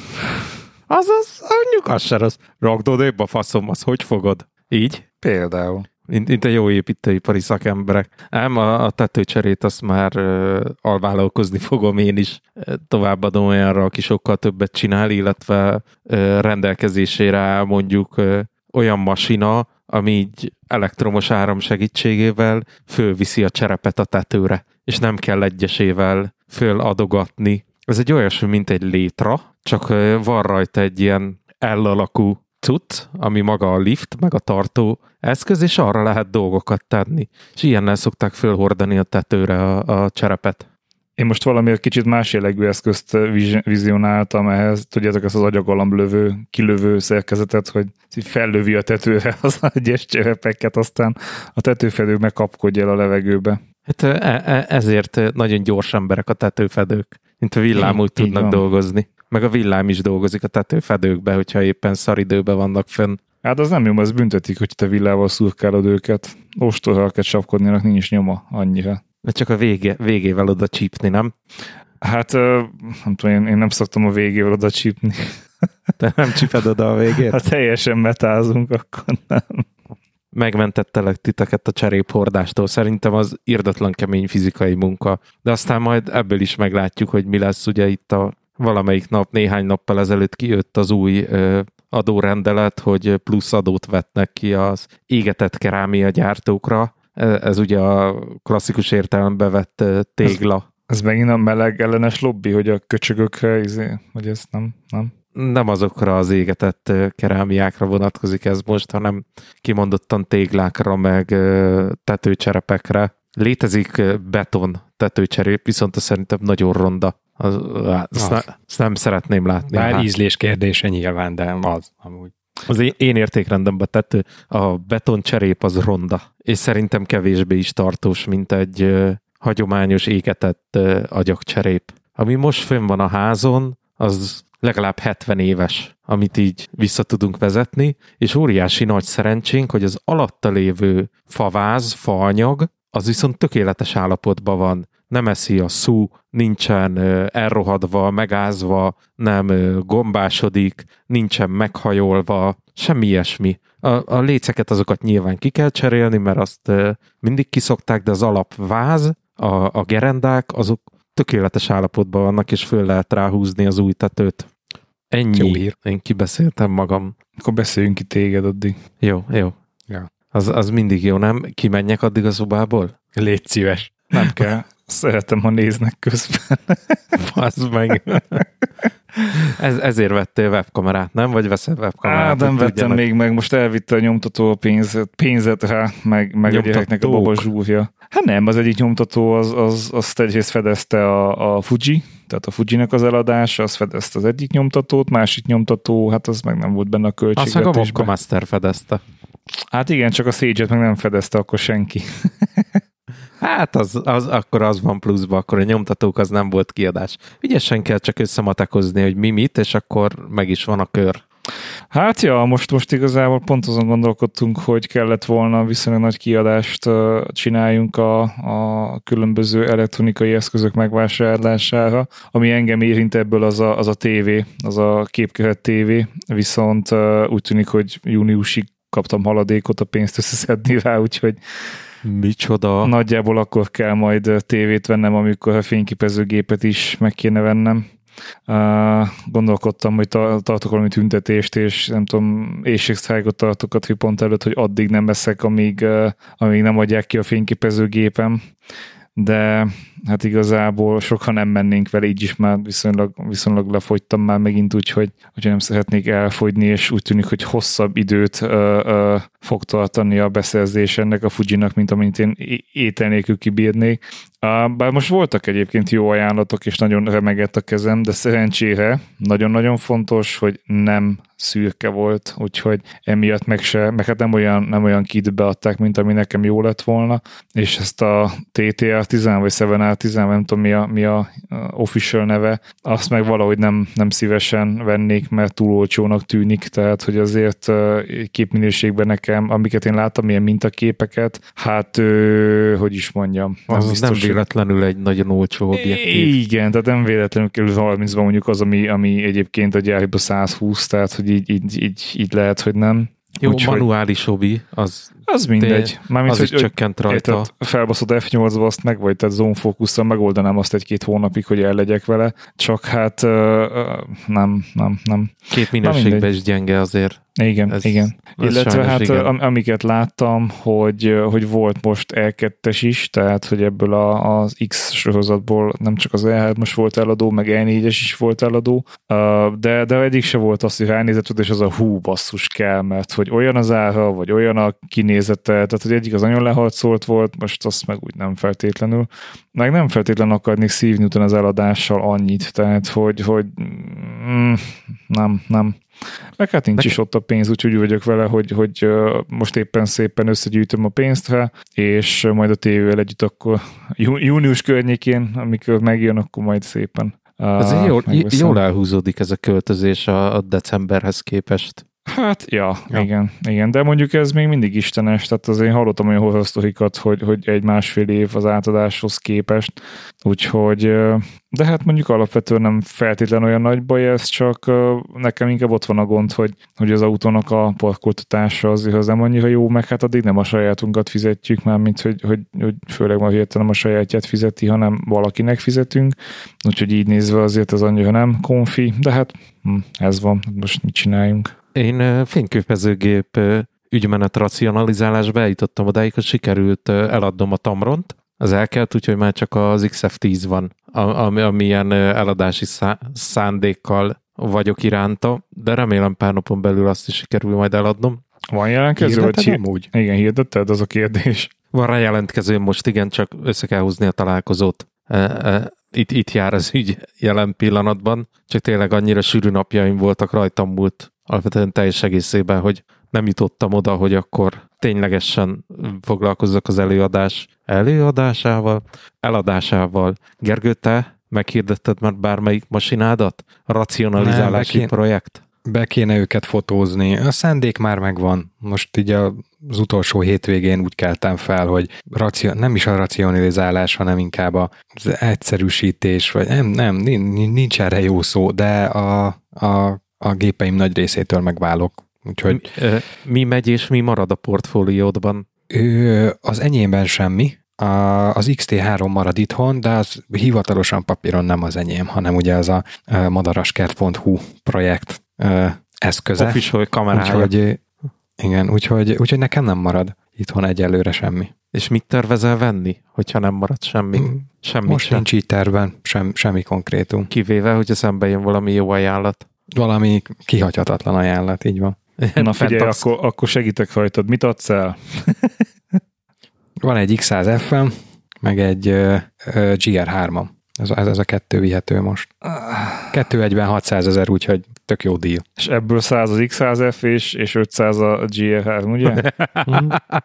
Az az, mondjuk az se rossz. Rakd odébb a faszom, az hogy fogod? Így? Például. Mint, mint a jó építőipari szakemberek. Ám a, a tetőcserét azt már uh, alvállalkozni fogom én is. Továbbadom olyanra, aki sokkal többet csinál, illetve uh, rendelkezésére mondjuk uh, olyan masina, ami így elektromos áram segítségével fölviszi a cserepet a tetőre, és nem kell egyesével föladogatni. Ez egy olyasmi, mint egy létra, csak uh, van rajta egy ilyen L-alakú cucc, ami maga a lift, meg a tartó eszköz, és arra lehet dolgokat tenni. És ilyennel szokták fölhordani a tetőre a, a cserepet. Én most valami kicsit más jellegű eszközt vizionáltam ehhez, tudjátok, ezt az agyagalamlövő, kilövő szerkezetet, hogy fellövi a tetőre az egyes cserepeket, aztán a tetőfedő megkapkodja el a levegőbe. Hát ezért nagyon gyors emberek a tetőfedők, mint a villám úgy tudnak van. dolgozni. Meg a villám is dolgozik a tetőfedőkbe, hogyha éppen szaridőben vannak fönn. Hát az nem jó, az büntetik, hogy te villával szurkálod őket. Ostorral csapkodninak nincs nyoma annyira. De csak a vége, végével oda csípni, nem? Hát nem tudom, én, én nem szoktam a végével oda csípni. Te nem csíped oda a végét? Ha teljesen metázunk, akkor nem. Megmentettelek titeket a cseréphordástól. Szerintem az irdatlan kemény fizikai munka. De aztán majd ebből is meglátjuk, hogy mi lesz. Ugye itt a valamelyik nap, néhány nappal ezelőtt kijött az új ö, adórendelet, hogy plusz adót vetnek ki az égetett kerámia gyártókra. Ez ugye a klasszikus értelembe vett tégla. Ez, ez megint a meleg ellenes lobby, hogy a köcsögökre, izé, hogy ez nem, nem? Nem azokra az égetett kerámiákra vonatkozik ez most, hanem kimondottan téglákra, meg tetőcserepekre. Létezik beton tetőcserép, viszont az szerintem nagyon ronda. Az, azt, ne, azt nem szeretném látni. Bár ízlés kérdése nyilván, de az amúgy. Az én, én értékrendemben tető, a betoncserép az ronda, és szerintem kevésbé is tartós, mint egy uh, hagyományos égetett uh, agyagcserép. Ami most fönn van a házon, az legalább hetven éves, amit így vissza tudunk vezetni, és óriási nagy szerencsénk, hogy az alatta lévő faváz, faanyag, az viszont tökéletes állapotban van. Nem eszi a szú, nincsen elrohadva, megázva, nem gombásodik, nincsen meghajolva, semmi ilyesmi. A, a léceket azokat nyilván ki kell cserélni, mert azt mindig kiszokták, de az alapváz, a, a gerendák, azok tökéletes állapotban vannak, és föl lehet ráhúzni az új tetőt. Ennyi. Én kibeszéltem magam. Akkor beszéljünk ki téged addig. Jó, jó. Ja. Az, az mindig jó, nem? Kimenjek addig a szobából? Légy szíves. Nem kell. Szeretem, ha néznek közben. Fazd meg. Ez, ezért vettél webkamerát, nem? Vagy veszel webkamerát? Á, nem vettem tudjanak. Még meg. Most elvitte a nyomtató a pénzet, pénzet rá, meg, meg a gyereknek a baba zsúrja. Hát nem, az egyik nyomtató az, az, azt egyrészt fedezte a, a Fuji, tehát a Fujinak az eladása, az fedezte az egyik nyomtatót, másik nyomtató, hát az meg nem volt benne a költségvetésben. Azt meg a Moccamaster fedezte. Hát igen, csak a Sage-et meg nem fedezte akkor senki. Hát az, az, akkor az van pluszba, akkor a nyomtatók az nem volt kiadás. Ügyesen kell csak összematekozni, hogy mi mit, és akkor meg is van a kör. Hát ja, most, most igazából pont azon gondolkodtunk, hogy kellett volna viszonylag nagy kiadást uh, csináljunk a, a különböző elektronikai eszközök megvásárlására. Ami engem érint ebből az a, az a tévé, az a képkövet tévé, viszont uh, úgy tűnik, hogy júniusig kaptam haladékot a pénzt összeszedni rá, úgyhogy micsoda. Nagyjából akkor kell majd tévét vennem, amikor a fényképezőgépet is meg kéne vennem. Uh, gondolkodtam, hogy tartok valami tüntetést, és nem tudom, éjségsztrájkot tartok a Tripont előtt, hogy addig nem veszek, amíg, uh, amíg nem adják ki a fényképezőgépem, de hát igazából sokan nem mennénk vele, így is már viszonylag, viszonylag lefogytam már megint úgy, hogy, hogy nem szeretnék elfogyni, és úgy tűnik, hogy hosszabb időt uh, uh, fog tartani a beszerzés ennek a Fujinak, mint amint én étel nélkül kibírnék. Uh, bár most voltak egyébként jó ajánlatok, és nagyon remegett a kezem, de szerencsére nagyon-nagyon fontos, hogy nem szürke volt, úgyhogy emiatt meg se, meg hát nem olyan, nem olyan kidbe adták, mint ami nekem jó lett volna, és ezt a té té er tíz vagy seven er tíz, nem tudom mi a, mi a official neve, azt meg valahogy nem, nem szívesen vennék, mert túl olcsónak tűnik, tehát hogy azért képminőségben nekem, amiket én láttam, ilyen mintaképeket, hát hogy is mondjam. Nem az biztos, nem véletlenül egy nagyon olcsó objektív. Igen, tehát nem véletlenül kerül harmincba mondjuk az, ami, ami egyébként a gyáriba száz húsz, tehát hogy így, így, így, így lehet, hogy nem. Jó, úgy, manuális hobby, az az mindegy. Mármint, az hogy, is csökkent rajta. Érted, felbaszod ef nyolcba, azt meg vagy, tehát zone fókusszal megoldanám azt egy-két hónapig, hogy ellegyek vele, csak hát uh, nem, nem, nem. Két minőségben is gyenge azért. Igen, ez, igen. Ez illetve hát igen. amiket láttam, hogy, hogy volt most E kettes is, tehát hogy ebből a, az X sorozatból nem csak az E hármas volt eladó, meg E négyes is volt eladó, de, de egyik se volt az, hogy ránézett, és az a hú basszus kell, mert hogy olyan az ára, vagy olyan a kinézete, tehát hogy egyik az nagyon leharcolt volt, most azt meg úgy nem feltétlenül. Meg nem feltétlenül akarnék szívni utána az eladással annyit, tehát hogy, hogy mm, nem, nem. Meg hát nincs is ott a pénz, úgyhogy úgy vagyok vele, hogy, hogy most éppen szépen összegyűjtöm a pénzt rá, és majd a tévével együtt akkor június környékén, amikor megjön, akkor majd szépen azért jól, jól elhúzódik ez a költözés a, a decemberhez képest. Hát, ja, ja, igen, igen, de mondjuk ez még mindig istenes, tehát azért hallottam olyan horrorsztorikat, hogy, hogy egy másfél év az átadáshoz képest, úgyhogy, de hát mondjuk alapvetően nem feltétlen olyan nagy baj ez, csak nekem inkább ott van a gond, hogy, hogy az autónak a parkoltatása azért az nem annyira jó, meg hát addig nem a sajátunkat fizetjük már, mint hogy, hogy, hogy főleg ma hirtelen nem a sajátját fizeti, hanem valakinek fizetünk, úgyhogy így nézve azért az annyira nem konfi, de hát hm, ez van, most mit csináljunk. Én fényképezőgép ügymenet racionalizálásba eljutottam odáig, hogy sikerült eladnom a Tamront, az elkelt, úgyhogy már csak az iksz ef tíz van, ami, amilyen eladási szá- szándékkal vagyok iránta, de remélem pár napon belül azt is sikerül majd eladnom. Van jelentkező, vagy hi- úgy? Igen, hirdetted, az a kérdés. Van rá jelentkező most, igen, csak össze kell húzni a találkozót. Itt, itt jár az ügy jelen pillanatban, csak tényleg annyira sűrű napjaim voltak rajtam múlt alapvetően teljes egészében, hogy nem jutottam oda, hogy akkor ténylegesen foglalkozzak az előadás előadásával, eladásával. Gergő, te meghirdetted már bármelyik masinádat? A racionalizálási nem, projekt? Be kéne őket fotózni. A szándék már megvan. Most így az utolsó hétvégén úgy keltem fel, hogy racio- nem is a racionalizálás, hanem inkább az egyszerűsítés, vagy nem, nem, nincs erre jó szó, de a, a, a gépeim nagy részétől megválok. Úgyhogy mi, mi megy és mi marad a portfóliódban? Az enyémben semmi. Az iksz té három marad itthon, de az hivatalosan papíron nem az enyém, hanem ugye az a madaraskert pont hú projekt eszköze. Official kamerája. Úgyhogy, igen, úgyhogy, úgyhogy nekem nem marad itthon egyelőre semmi. És mit tervezel venni, hogyha nem marad semmi? Semmi Most sem. nincs így tervben, sem, semmi konkrétum. Kivéve, hogy szembe jön valami jó ajánlat. Valami kihagyhatatlan ajánlat, így van. Na figyelj, akkor, akkor segítek rajtad. Mit adsz el? Van egy iksz száz ef-em, meg egy uh, uh, gé er hármam. Ez, ez, ez a kettő vihető most. Kettő egyben hatszázezer, úgyhogy tök jó deal. És ebből száz az iksz száz ef és, és ötszáz a gé er három, ugye?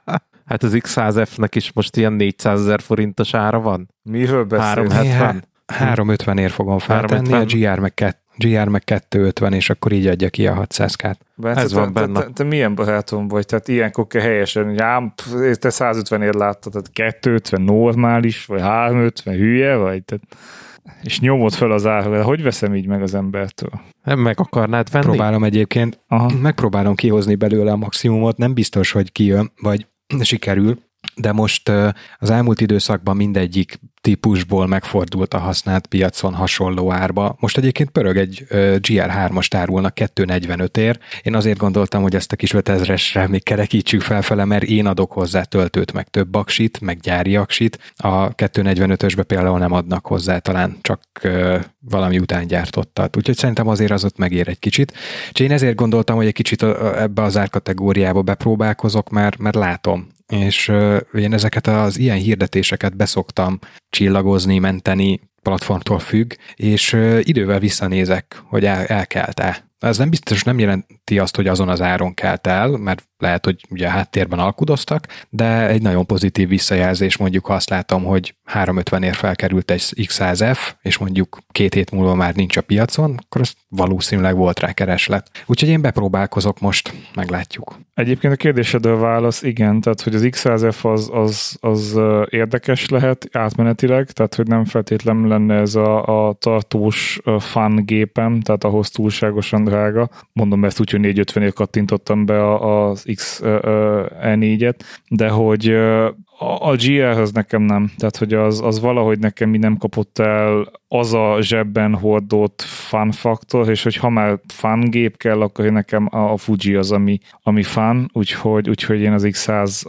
Hát az X száz F-nek is most ilyen négyszázezer forintos ára van. Miről beszélsz? háromszázhetven? háromszázötvenért fogom feltenni, a gé er meg, kett, gé er meg kétszázötven, és akkor így adja ki a hatszázkát. Bence, Ez te, van benne. Te, te, te milyen barátom vagy? Tehát ilyenkor kell helyesen, hogy ám, pff, te százötvenért láttad, tehát kétszázötven normális, vagy háromszázötven hülye vagy? Tehát, és nyomod fel az árat. Hogy veszem így meg az embertől? Nem meg akarnád venni? Próbálom egyébként, Aha. megpróbálom kihozni belőle a maximumot, nem biztos, hogy kijön, vagy sikerül, de most az elmúlt időszakban mindegyik típusból megfordult a használt piacon hasonló árba. Most egyébként pörög egy gé er hármast árulnak kétszáznegyvenötért. Én azért gondoltam, hogy ezt a kis ötezresre még kerekítsük felfele, mert én adok hozzá töltőt, meg több aksit, meg gyári aksit. A kétszáznegyvenötösbe például nem adnak hozzá, talán csak valami után gyártottat. Úgyhogy szerintem azért az ott megér egy kicsit. És én ezért gondoltam, hogy egy kicsit ebbe az árkategóriába bepróbálkozok, mert, mert látom. És én ezeket az ilyen hirdetéseket beszoktam csillagozni, menteni, platformtól függ, és idővel visszanézek, hogy el, elkelt-e. Ez nem biztos, nem jelenti azt, hogy azon az áron kelt el, mert lehet, hogy ugye a háttérben alkudoztak, de egy nagyon pozitív visszajelzés, mondjuk ha azt látom, hogy háromszázötvenért felkerült egy X száz F, és mondjuk két hét múlva már nincs a piacon, akkor az valószínűleg volt rá kereslet. Úgyhogy én bepróbálkozok most, meglátjuk. Egyébként a kérdésedre a válasz igen, tehát hogy az X száz F az, az, az érdekes lehet átmenetileg, tehát hogy nem feltétlenül lenne ez a, a tartós fun gépem, tehát ahhoz túlságosan drága. Mondom ezt úgy, hogy négyszázötvenért kattintottam be az X E négyet, de hogy a gé er-hez nekem nem. Tehát, hogy az, az valahogy nekem így nem kapott el az a zsebben hordott fun faktor, és hogy ha már fun gép kell, akkor nekem a Fuji az, ami, ami fun, úgyhogy, úgyhogy én az X száz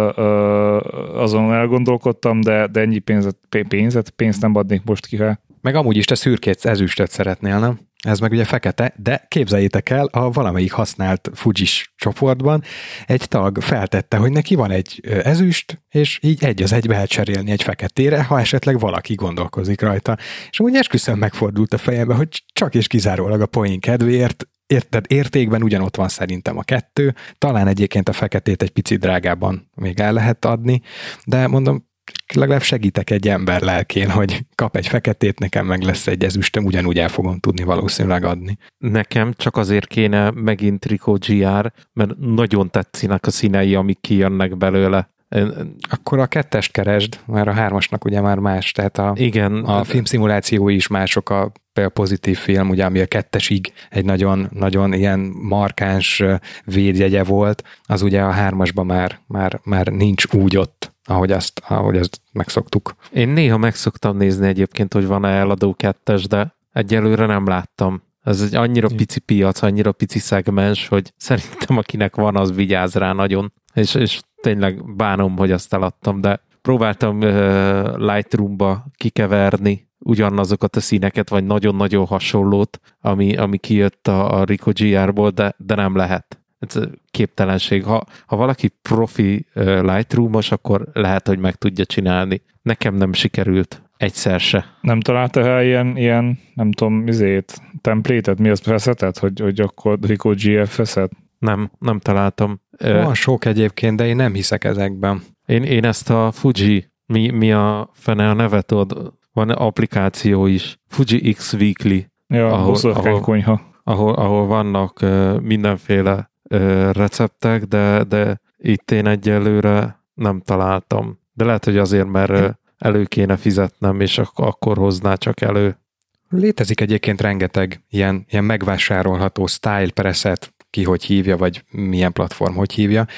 azon elgondolkodtam, de, de ennyi pénzet, pénzet, pénzt nem adnék most ki rá. Meg amúgy is te szürkét ezüstöt szeretnél, nem? Ez meg ugye fekete, de képzeljétek el, a valamelyik használt Fujis csoportban egy tag feltette, hogy neki van egy ezüst, és így egy az egybe lehet cserélni egy feketére, ha esetleg valaki gondolkozik rajta. És amúgy esküszöm megfordult a fejembe, hogy csak és kizárólag a poén kedvéért, érted, értékben ugyanott van szerintem a kettő, talán egyébként a feketét egy picit drágában még el lehet adni, de mondom, legalább segítek egy ember lelkén, hogy kap egy feketét, nekem meg lesz egy ezüstöm, ugyanúgy el fogom tudni valószínűleg adni. Nekem csak azért kéne megint Ricoh gé er, mert nagyon tetszenek a színei, amik kijönnek belőle. Akkor a kettest keresd, mert a hármasnak ugye már más, tehát a, igen, a filmszimulációi is mások, a például pozitív film, ugye, ami a kettesig egy nagyon, nagyon ilyen markáns védjegye volt, az ugye a hármasban már, már, már nincs úgy ott, ahogy azt, ahogy azt megszoktuk. Én néha megszoktam nézni egyébként, hogy van-e eladó kettes, de egyelőre nem láttam. Ez egy annyira pici piac, annyira pici szegmens, hogy szerintem akinek van, az vigyáz rá nagyon. És, és tényleg bánom, hogy azt eladtam, de próbáltam uh, Lightroom-ba kikeverni ugyanazokat a színeket, vagy nagyon-nagyon hasonlót, ami, ami kijött a, a Ricoh gé er-ból, de, de nem lehet. Ez képtelenség. Ha, ha valaki profi uh, Lightroom-os, akkor lehet, hogy meg tudja csinálni. Nekem nem sikerült. Egyszer se. Nem találta el ilyen, ilyen nem tudom, izét, templétet, mi az feszetet, hogy, hogy akkor Ricoh gé er feszet? Nem, nem találtam. Van sok egyébként, de én nem hiszek ezekben. Én, én ezt a Fuji, mi, mi a fene a nevet od, van applikáció is, Fuji X Weekly. Ja, ahol, ahol, konyha. Ahol, ahol vannak uh, mindenféle uh, receptek, de, de itt én egyelőre nem találtam. De lehet, hogy azért, mert uh, elő kéne fizetnem, és ak- akkor hozná csak elő. Létezik egyébként rengeteg ilyen, ilyen megvásárolható style preset, ki hogy hívja, vagy milyen platform hogy hívja,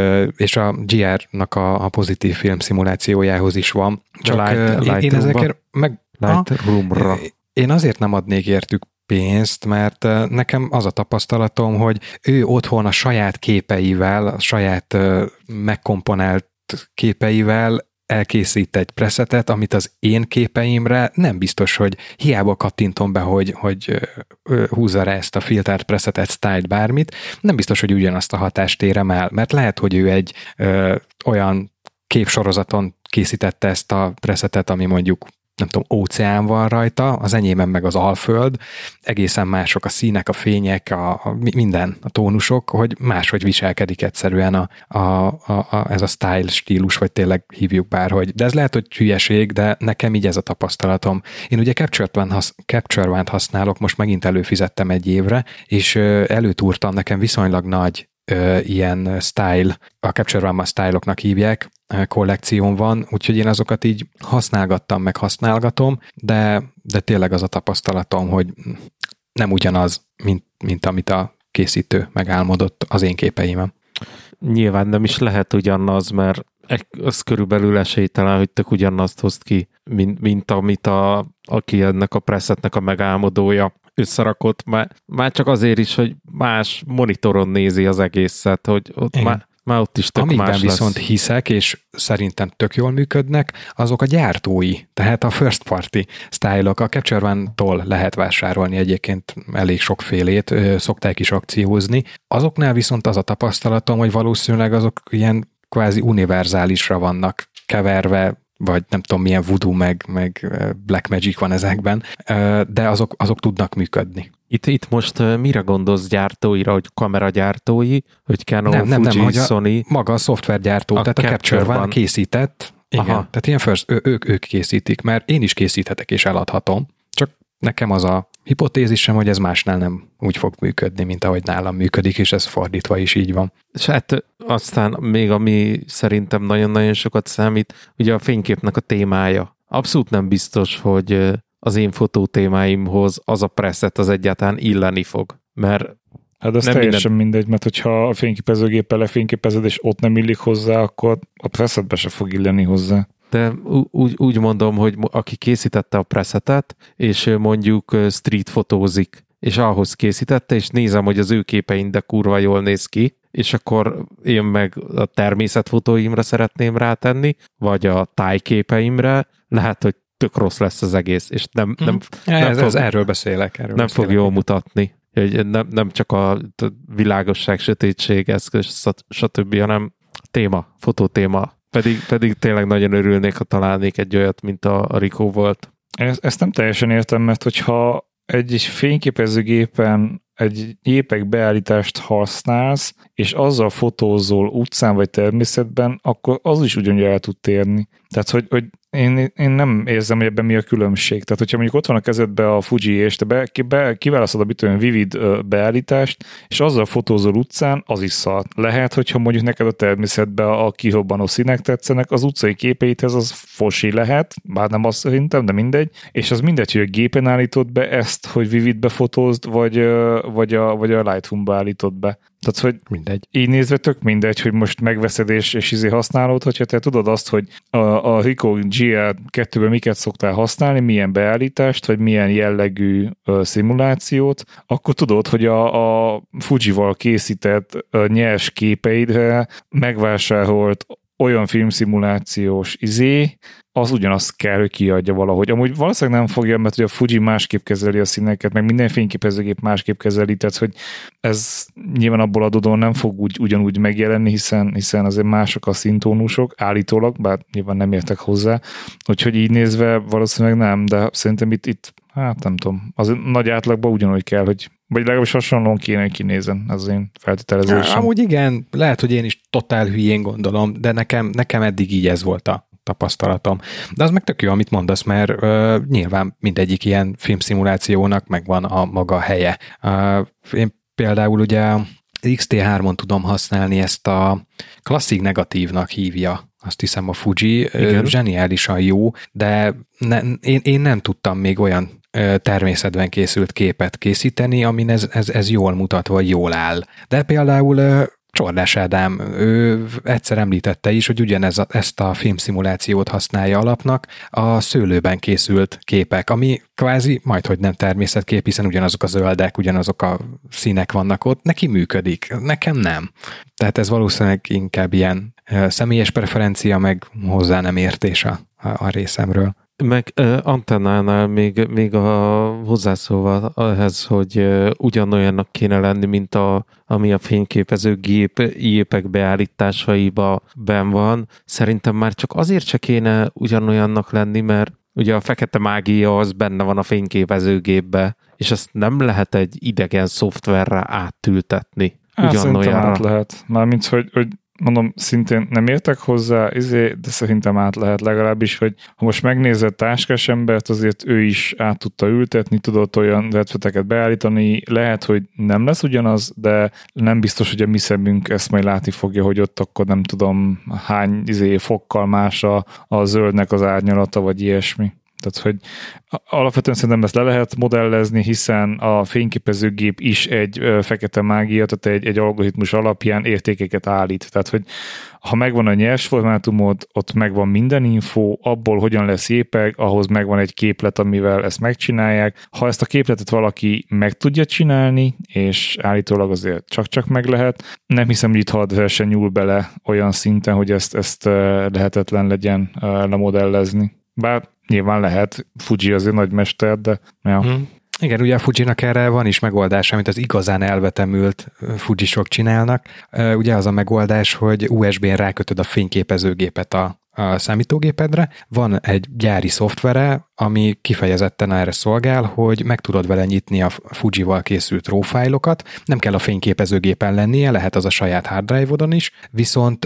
és a gé er-nak a, a pozitív film szimulációjához is van. Csak Light, én, én ezekért meg... Lightroom-ra. Én azért nem adnék értük pénzt, mert nekem az a tapasztalatom, hogy ő otthon a saját képeivel, a saját megkomponált képeivel elkészít egy presetet, amit az én képeimre nem biztos, hogy hiába kattintom be, hogy, hogy húzza rá ezt a filtert, presetet, style bármit, nem biztos, hogy ugyanazt a hatást érem el, mert lehet, hogy ő egy ö, olyan képsorozaton készítette ezt a presetet, ami mondjuk nem tudom, óceán van rajta, az enyémben meg az Alföld, egészen mások a színek, a fények, a, a minden, a tónusok, hogy máshogy viselkedik egyszerűen a, a, a, a, ez a style stílus, vagy tényleg hívjuk bárhogy. De ez lehet, hogy hülyeség, de nekem így ez a tapasztalatom. Én ugye Capture One-t hasz, Capture One-t használok, most megint előfizettem egy évre, és előtúrtam, nekem viszonylag nagy Ö, ilyen style, a Capture One-ban style-oknak hívják, kollekción van, úgyhogy én azokat így használgattam, meg használgatom, de, de tényleg az a tapasztalatom, hogy nem ugyanaz, mint, mint amit a készítő megálmodott az én képeimen. Nyilván nem is lehet ugyanaz, mert az körülbelül esélytelen, hogy tök ugyanazt hozt ki, mint, mint amit a, aki ennek a presetnek a megálmodója összerakott, már, már csak azért is, hogy más monitoron nézi az egészet, hogy ott már, már ott is tök Amikben más lesz. Viszont hiszek, és szerintem tök jól működnek, azok a gyártói, tehát a first party style-ok. A Capture One-tól lehet vásárolni egyébként elég sokfélét, szokták is akciózni. Azoknál viszont az a tapasztalatom, hogy valószínűleg azok ilyen kvázi univerzálisra vannak keverve, vagy nem tudom milyen voodoo meg, meg black magic van ezekben, de azok, azok tudnak működni. Itt, itt most mire gondolsz gyártóira, hogy kameragyártói, hogy Canon, nem, nem, Fuji, nem, hogy a, Sony? maga a szoftvergyártó, A tehát a Capture One van készített, igen, Aha. tehát ilyen first, ő, ők, ők készítik, mert én is készíthetek és eladhatom, csak nekem az a hipotézisem, hogy ez másnál nem úgy fog működni, mint ahogy nálam működik, és ez fordítva is így van. És hát aztán még ami szerintem nagyon-nagyon sokat számít, ugye a fényképnek a témája. Abszolút nem biztos, hogy az én fotótémáimhoz az a preset az egyáltalán illeni fog, mert hát ez teljesen minden... mindegy, mert hogyha a fényképezőgéppel lefényképezed, és ott nem illik hozzá, akkor a presetbe se fog illeni hozzá. De úgy, úgy mondom, hogy aki készítette a presetet, és mondjuk street fotózik, és ahhoz készítette, és nézem, hogy az ő képein de kurva jól néz ki, és akkor én meg a természetfotóimra szeretném rátenni, vagy a tájképeimre, lehet, hogy tök rossz lesz az egész, és nem, nem, hmm. nem ez, fog, ez erről beszélek. Erről nem beszélek, fog jól igen. mutatni. Hogy nem, nem csak a világosság, sötétség, eszköz, stb., hanem téma, fotótéma. Pedig, pedig tényleg nagyon örülnék, ha találnék egy olyat, mint a, a Ricoh volt. Ezt, ezt nem teljesen értem, mert hogyha egy fényképezőgépen egy JPEG beállítást használsz, és azzal fotózol utcán vagy természetben, akkor az is ugyanúgy el tud térni. Tehát, hogy, hogy én, én nem érzem, hogy ebben mi a különbség. Tehát, hogyha mondjuk ott van a kezedben a Fuji, és te be, be, kiválasztod a bitően vivid beállítást, és azzal fotózol utcán, az is szar. Lehet, hogyha mondjuk neked a természetben a kirobbanó színek tetszenek, az utcai képeidhez az fosi lehet, bár nem azt szerintem, de mindegy, és az mindegy, hogy a gépen állítod be ezt, hogy vividbe fotózd, vagy, vagy, a, vagy a Lightroom-ba állítod be. Tehát, hogy mindegy. Így nézve tök mindegy, hogy most megveszed és, és izé használod, hogyha te tudod azt, hogy a, a Ricoh gé er kettőben miket szoktál használni, milyen beállítást, vagy milyen jellegű uh, szimulációt, akkor tudod, hogy a, a Fujival készített uh, nyers képeidre megvásárolt olyan filmszimulációs izé, az ugyanazt kell, hogy kiadja valahogy. Amúgy valószínűleg nem fogja, mert hogy a Fuji másképp kezeli a színeket, meg minden fényképezőgép másképp kezeli, tehát hogy ez nyilván abból adódóan nem fog úgy, ugyanúgy megjelenni, hiszen, hiszen azért mások a színtónusok, állítólag, bár nyilván nem értek hozzá, úgyhogy így nézve valószínűleg nem, de szerintem itt, itt hát nem tudom, az nagy átlagban ugyanúgy kell, hogy vagy legalábbis hasonlóan kéne, hogy kinézen, az én feltételezésem. Amúgy igen, lehet, hogy én is totál hülyén gondolom, de nekem, nekem eddig így ez volt a tapasztalatom. De az meg tök jó, amit mondasz, mert uh, nyilván mindegyik ilyen filmszimulációnak megvan a maga helye. Uh, én például ugye iksz té hármon tudom használni ezt a klasszik negatívnak hívja, azt hiszem a Fuji, igen. Zseniálisan jó, de ne, én, én nem tudtam még olyan természetben készült képet készíteni, amin ez, ez, ez jól mutat, vagy jól áll. De például Csordás Ádám, ő egyszer említette is, hogy ugyanez a, ezt a filmszimulációt használja alapnak a szőlőben készült képek, ami kvázi majdhogy nem természetkép, hiszen ugyanazok a zöldek, ugyanazok a színek vannak ott, neki működik, nekem nem. Tehát ez valószínűleg inkább ilyen személyes preferencia, meg hozzá nem értés a, a, a részemről. Meg uh, antennánál még, még a hozzászólva ehhez, hogy uh, ugyanolyannak kéne lenni, mint a, ami a fényképező gép jépek beállításaiba benn van. Szerintem már csak azért se kéne ugyanolyannak lenni, mert ugye a fekete mágia az benne van a fényképezőgépbe, és ezt nem lehet egy idegen szoftverre átültetni. Hát szerintem át lehet. Mármint, hogy, hogy mondom, szintén nem értek hozzá, de szerintem át lehet legalábbis, hogy ha most megnézed táskás embert, azért ő is át tudta ültetni, tudott olyan vetületeket beállítani, lehet, hogy nem lesz ugyanaz, de nem biztos, hogy a mi szemünk ezt majd látni fogja, hogy ott akkor nem tudom hány izé, fokkal más a, a zöldnek az árnyalata, vagy ilyesmi. Tehát, hogy alapvetően szerintem ezt le lehet modellezni, hiszen a fényképezőgép is egy fekete mágia, tehát egy, egy algoritmus alapján értékeket állít. Tehát, hogy ha megvan a nyers formátumod, ott megvan minden info, abból hogyan lesz JPEG, ahhoz megvan egy képlet, amivel ezt megcsinálják. Ha ezt a képletet valaki meg tudja csinálni, és állítólag azért csak-csak meg lehet, nem hiszem, hogy itt hardware se nyúl bele olyan szinten, hogy ezt, ezt lehetetlen legyen lemodellezni. Bár nyilván lehet, Fuji azért nagy mester, de... Ja. Hmm. Igen, ugye a Fujinak erre van is megoldása, amit az igazán elvetemült Fujisok csinálnak. Ugye az a megoldás, hogy u es bén rákötöd a fényképezőgépet a, a számítógépedre. Van egy gyári szoftvere, ami kifejezetten erre szolgál, hogy meg tudod vele nyitni a Fujival készült RAW fájlokat. Nem kell a fényképezőgépen lennie, lehet az a saját hard drive-odon is, viszont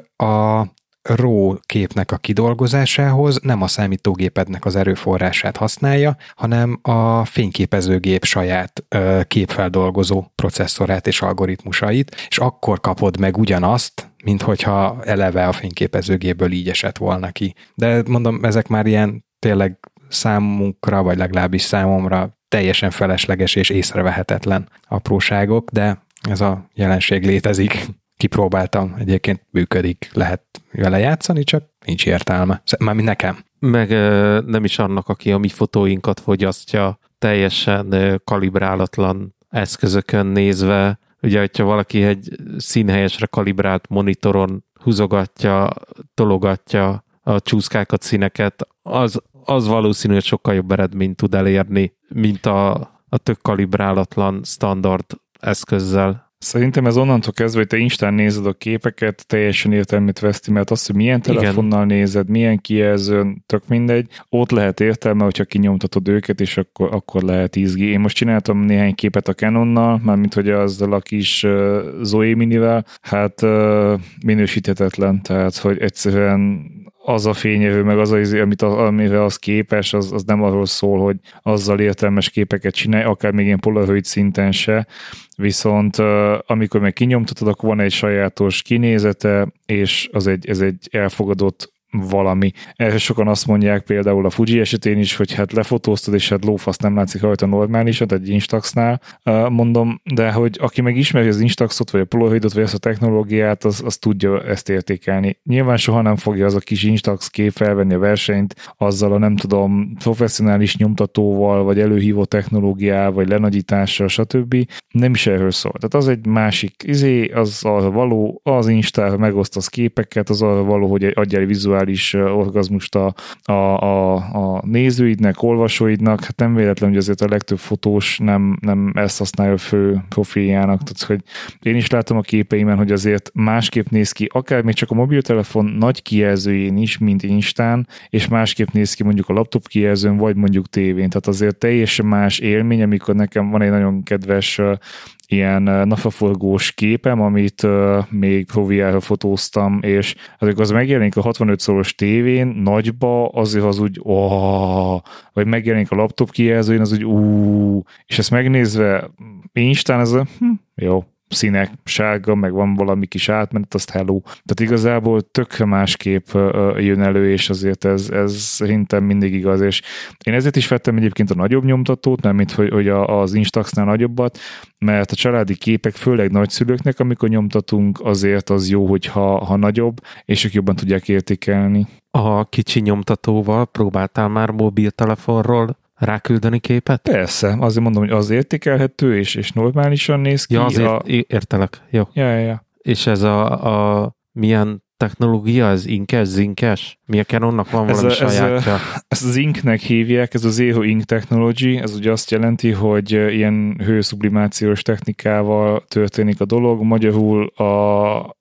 a RAW képnek a kidolgozásához nem a számítógépednek az erőforrását használja, hanem a fényképezőgép saját ö, képfeldolgozó processzorát és algoritmusait, és akkor kapod meg ugyanazt, mint hogyha eleve a fényképezőgépből így esett volna ki. De mondom, ezek már ilyen tényleg számunkra, vagy legalábbis számomra teljesen felesleges és észrevehetetlen apróságok, de ez a jelenség létezik. Kipróbáltam, egyébként működik, lehet vele játszani, csak nincs értelme. Mármint nekem. Meg nem is annak, aki a mi fotóinkat fogyasztja, teljesen kalibrálatlan eszközökön nézve. Ugye, hogyha valaki egy színhelyesre kalibrált monitoron húzogatja, tologatja a csúszkákat, színeket, az, az valószínű, hogy sokkal jobb eredményt tud elérni, mint a, a tök kalibrálatlan standard eszközzel. Szerintem ez onnantól kezdve, hogy te Instán nézed a képeket, teljesen értelmét veszti, mert az, hogy milyen telefonnal igen. nézed, milyen kijelzőn, tök mindegy, ott lehet értelme, hogyha kinyomtatod őket, és akkor, akkor lehet izgi. Én most csináltam néhány képet a Canonnal, mármint hogy azzal a kis uh, Zoe minivel, hát uh, minősíthetetlen, tehát hogy egyszerűen az a fényerő, meg az, a, amit az, amire az képes, az, az nem arról szól, hogy azzal értelmes képeket csinálj, akár még ilyen Polaroid szinten se, viszont amikor meg kinyomtatod, akkor van egy sajátos kinézete, és az egy, ez egy elfogadott valami. Erre sokan azt mondják például a Fuji esetén is, hogy hát lefotóztad, és hát lófasz nem látszik rajta normálisan, egy Instaxnál mondom, de hogy aki meg ismeri az Instaxot, vagy a Polaroidot, vagy ezt a technológiát, az, az tudja ezt értékelni. Nyilván soha nem fogja az a kis Instax kép felvenni a versenyt azzal a nem tudom, professzionális nyomtatóval, vagy előhívó technológiával, vagy lenagyítással, stb. Nem is erről szól. Tehát az egy másik izé, az arra való, az Instára megosztasz képeket, az arra való, hogy adjál egy vizuális orgazmust a, a, a, a nézőidnek, olvasóidnak, hát nem véletlen, hogy azért a legtöbb fotós nem, nem ezt használja a fő profiljának, tehát hogy én is látom a képeimen, hogy azért másképp néz ki, akár még csak a mobiltelefon nagy kijelzőjén is, mint Instán, és másképp néz ki mondjuk a laptop kijelzőn, vagy mondjuk tévén, tehát azért teljesen más élmény, amikor nekem van egy nagyon kedves ilyen napraforgós képem, amit uh, még Proviára fotóztam, és azért az megjelenik a hatvanöt szoros tévén, nagyba, azért az úgy oh, vagy megjelenik a laptop kijelzőjén, az úgy ú, és ezt megnézve Instán ez a hm, jó, színek, sárga, meg van valami kis átmenet, azt hello. Tehát igazából tökre másképp jön elő, és azért ez, ez szerintem mindig igaz, és én ezért is vettem egyébként a nagyobb nyomtatót, nem mint hogy, hogy az Instaxnál nagyobbat, mert a családi képek, főleg nagyszülőknek, amikor nyomtatunk, azért az jó, hogyha ha nagyobb, és ők jobban tudják értékelni. A kicsi nyomtatóval próbáltál már mobiltelefonról ráküldeni képet? Persze, azért mondom, hogy az értékelhető, és, és normálisan néz ki. Ja, azért a... értelek. Jó. Ja, ja, ja. És ez a, a milyen technológia, ez inkes, zinkes? Mi a Canonnak van valami ez a, sajátja? Ez a, ezt az Inknek hívják, ez a Zero Ink Technology, ez ugye azt jelenti, hogy ilyen hőszublimációs technikával történik a dolog. Magyarul a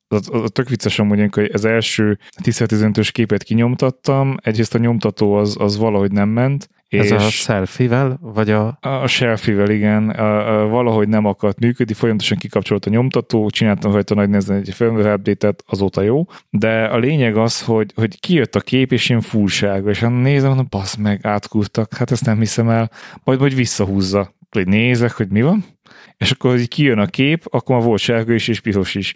az, az tök vicces amúgy, hogy az első tíz tizenötös képet kinyomtattam, egyrészt a nyomtató az, az valahogy nem ment. Ez és a selfie-vel, vagy a... A selfie-vel, igen. A, a, valahogy nem akart működni, folyamatosan kikapcsolt a nyomtató, csináltam rajta nagy nehezen egy firmware update-et, azóta jó. De a lényeg az, hogy, hogy kijött a kép, és én fullsága, és nézem, mondom, bassz meg, átkúrtak, hát ezt nem hiszem el, majd majd visszahúzza. Hogy nézek, hogy mi van, és akkor, hogy kijön a kép, akkor már volt sárga is, és piros is.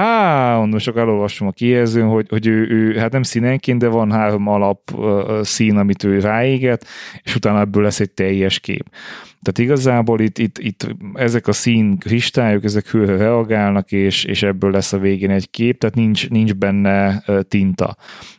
Á, mondom, csak elolvasom a kijelzőn, hogy, hogy ő, ő, hát nem színenként, de van három alap uh, szín, amit ő ráéget, és utána ebből lesz egy teljes kép. Tehát igazából itt, itt, itt ezek a szín kristályok, ezek hőre reagálnak, és, és ebből lesz a végén egy kép, tehát nincs, nincs benne uh, tinta.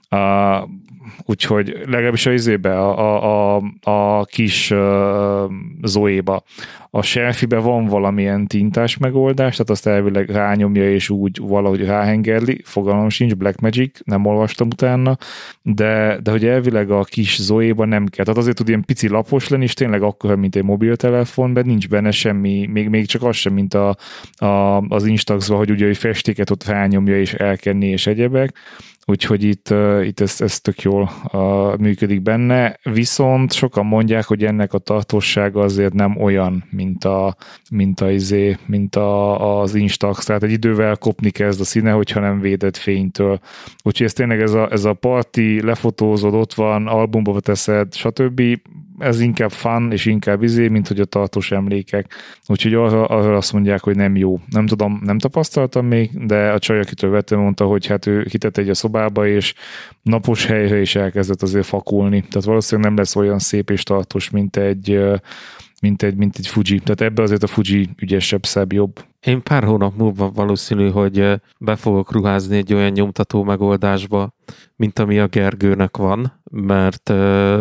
Uh, úgyhogy legalábbis az izébe, a, a, a, a kis uh, Zoe-ba. A selfie-be van valamilyen tintás megoldás, tehát azt elvileg rányomja, és úgy valahogy ráhengerli, fogalmam sincs, Blackmagic, nem olvastam utána, de, de hogy elvileg a kis Zoe-ba nem kell. Tehát azért tud ilyen pici lapos lenni, és tényleg akkor, mint egy mobiltelefon, de nincs benne semmi, még, még csak az sem, mint a, a, az Instax-ba, hogy ugye a festéket ott rányomja, és elkenni, és egyebek. Úgyhogy itt, uh, itt ez, ez tök jól uh, működik benne, viszont sokan mondják, hogy ennek a tartósága azért nem olyan, mint, a, mint, a izé, mint a, az Instax, tehát egy idővel kopni kezd a színe, hogyha nem védett fénytől. Úgyhogy ez tényleg ez a, ez a parti, lefotózod, ott van, albumba teszed, stb., ez inkább fun, és inkább izé, mint hogy a tartós emlékek. Úgyhogy arra, arra azt mondják, hogy nem jó. Nem tudom, nem tapasztaltam még, de a csaj, akitől vettem, mondta, hogy hát ő kitett egy a szobába, és napos helyre is elkezdett azért fakulni. Tehát valószínűleg nem lesz olyan szép és tartós, mint egy, mint egy, mint egy Fuji. Tehát ebbe azért a Fuji ügyesebb, szebb, jobb. Én pár hónap múlva valószínű, hogy be fogok ruházni egy olyan nyomtató megoldásba, mint ami a Gergőnek van, mert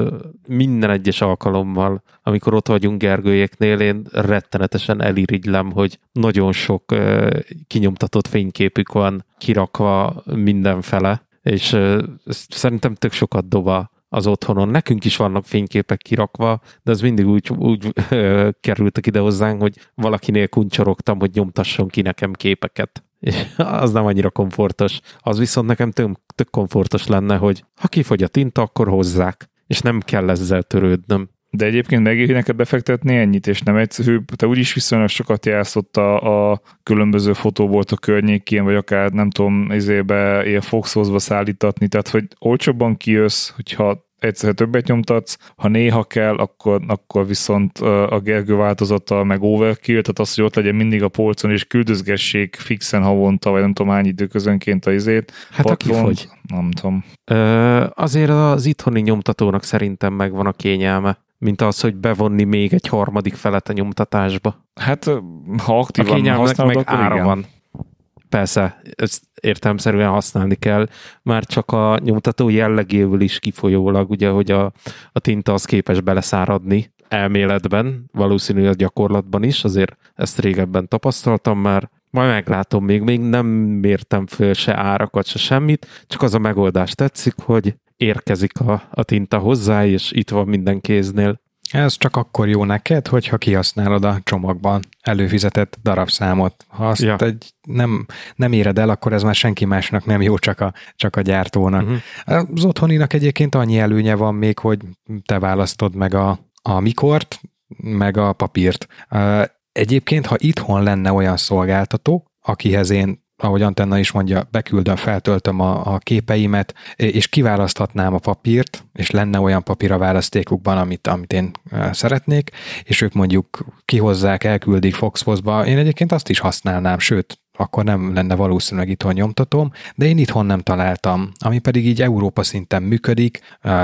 minden egyes alkalommal, amikor ott vagyunk Gergőjéknél, én rettenetesen elirigylem, hogy nagyon sok kinyomtatott fényképük van kirakva mindenfele, és szerintem tök sokat dob az otthonon. Nekünk is vannak fényképek kirakva, de az mindig úgy, úgy ö, kerültek ide hozzánk, hogy valakinél kuncsorogtam, hogy nyomtasson ki nekem képeket. És az nem annyira komfortos. Az viszont nekem tök, tök komfortos lenne, hogy ha kifogy a tinta, akkor hozzák, és nem kell ezzel törődnöm. De egyébként megéri neked befektetni ennyit, és nem egyszerű, te úgyis viszonylag sokat játszott a, a különböző fotóboltok környékén, vagy akár nem tudom, izébe, ilyen Foxhozba szállítatni, tehát hogy olcsóbban kijössz, hogyha egyszerűen többet nyomtatsz, ha néha kell, akkor, akkor viszont a Gergő változata meg overkill, tehát az, hogy ott legyen mindig a polcon, és küldözgessék fixen havonta, vagy nem tudom hány időközönként a izét. Hát aki fogy. Nem tudom. Ö, azért az itthoni nyomtatónak szerintem megvan a kényelme, mint az, hogy bevonni még egy harmadik felet a nyomtatásba. Hát, ha aktívan a használod, meg akkor ára igen. van. Persze, ezt értelemszerűen használni kell, már csak a nyomtató jellegéből is kifolyólag, ugye, hogy a, a tinta az képes beleszáradni elméletben, valószínűleg a gyakorlatban is, azért ezt régebben tapasztaltam már, majd meglátom, még, még nem mértem föl se árakat, se semmit, csak az a megoldás tetszik, hogy érkezik a, a tinta hozzá, és itt van minden kéznél. Ez csak akkor jó neked, hogyha kihasználod a csomagban előfizetett darabszámot. Ha azt ja. egy nem, nem éred el, akkor ez már senki másnak nem jó, csak a, csak a gyártónak. Uh-huh. Az otthoninak egyébként annyi előnye van még, hogy te választod meg a, a mikort, meg a papírt. Egyébként, ha itthon lenne olyan szolgáltató, akihez én, ahogy Antenna is mondja, beküldöm, feltöltöm a, a képeimet, és kiválaszthatnám a papírt, és lenne olyan papír a választékukban, amit, amit én szeretnék, és ők mondjuk kihozzák, elküldik Foxhozba, én egyébként azt is használnám, sőt, akkor nem lenne valószínűleg itthon nyomtatóm, de én itthon nem találtam, ami pedig így Európa szinten működik.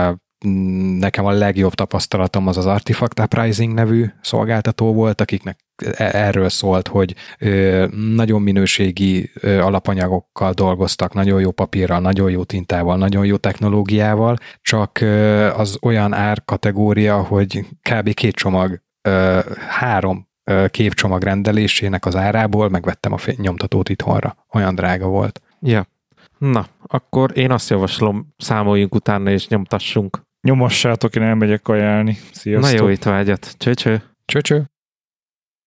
Nekem a legjobb tapasztalatom az az Artifact Uprising nevű szolgáltató volt, akiknek erről szólt, hogy nagyon minőségi alapanyagokkal dolgoztak, nagyon jó papírral, nagyon jó tintával, nagyon jó technológiával, csak az olyan árkategória, hogy kb. két csomag, három képcsomag rendelésének az árából megvettem a nyomtatót itthonra. Olyan drága volt. Ja. Na, akkor én azt javaslom, számoljunk utána és nyomtassunk. Nyomassátok, én elmegyek kajálni. Sziasztok! Na jó étvágyat. Cső-cső! Cső-cső!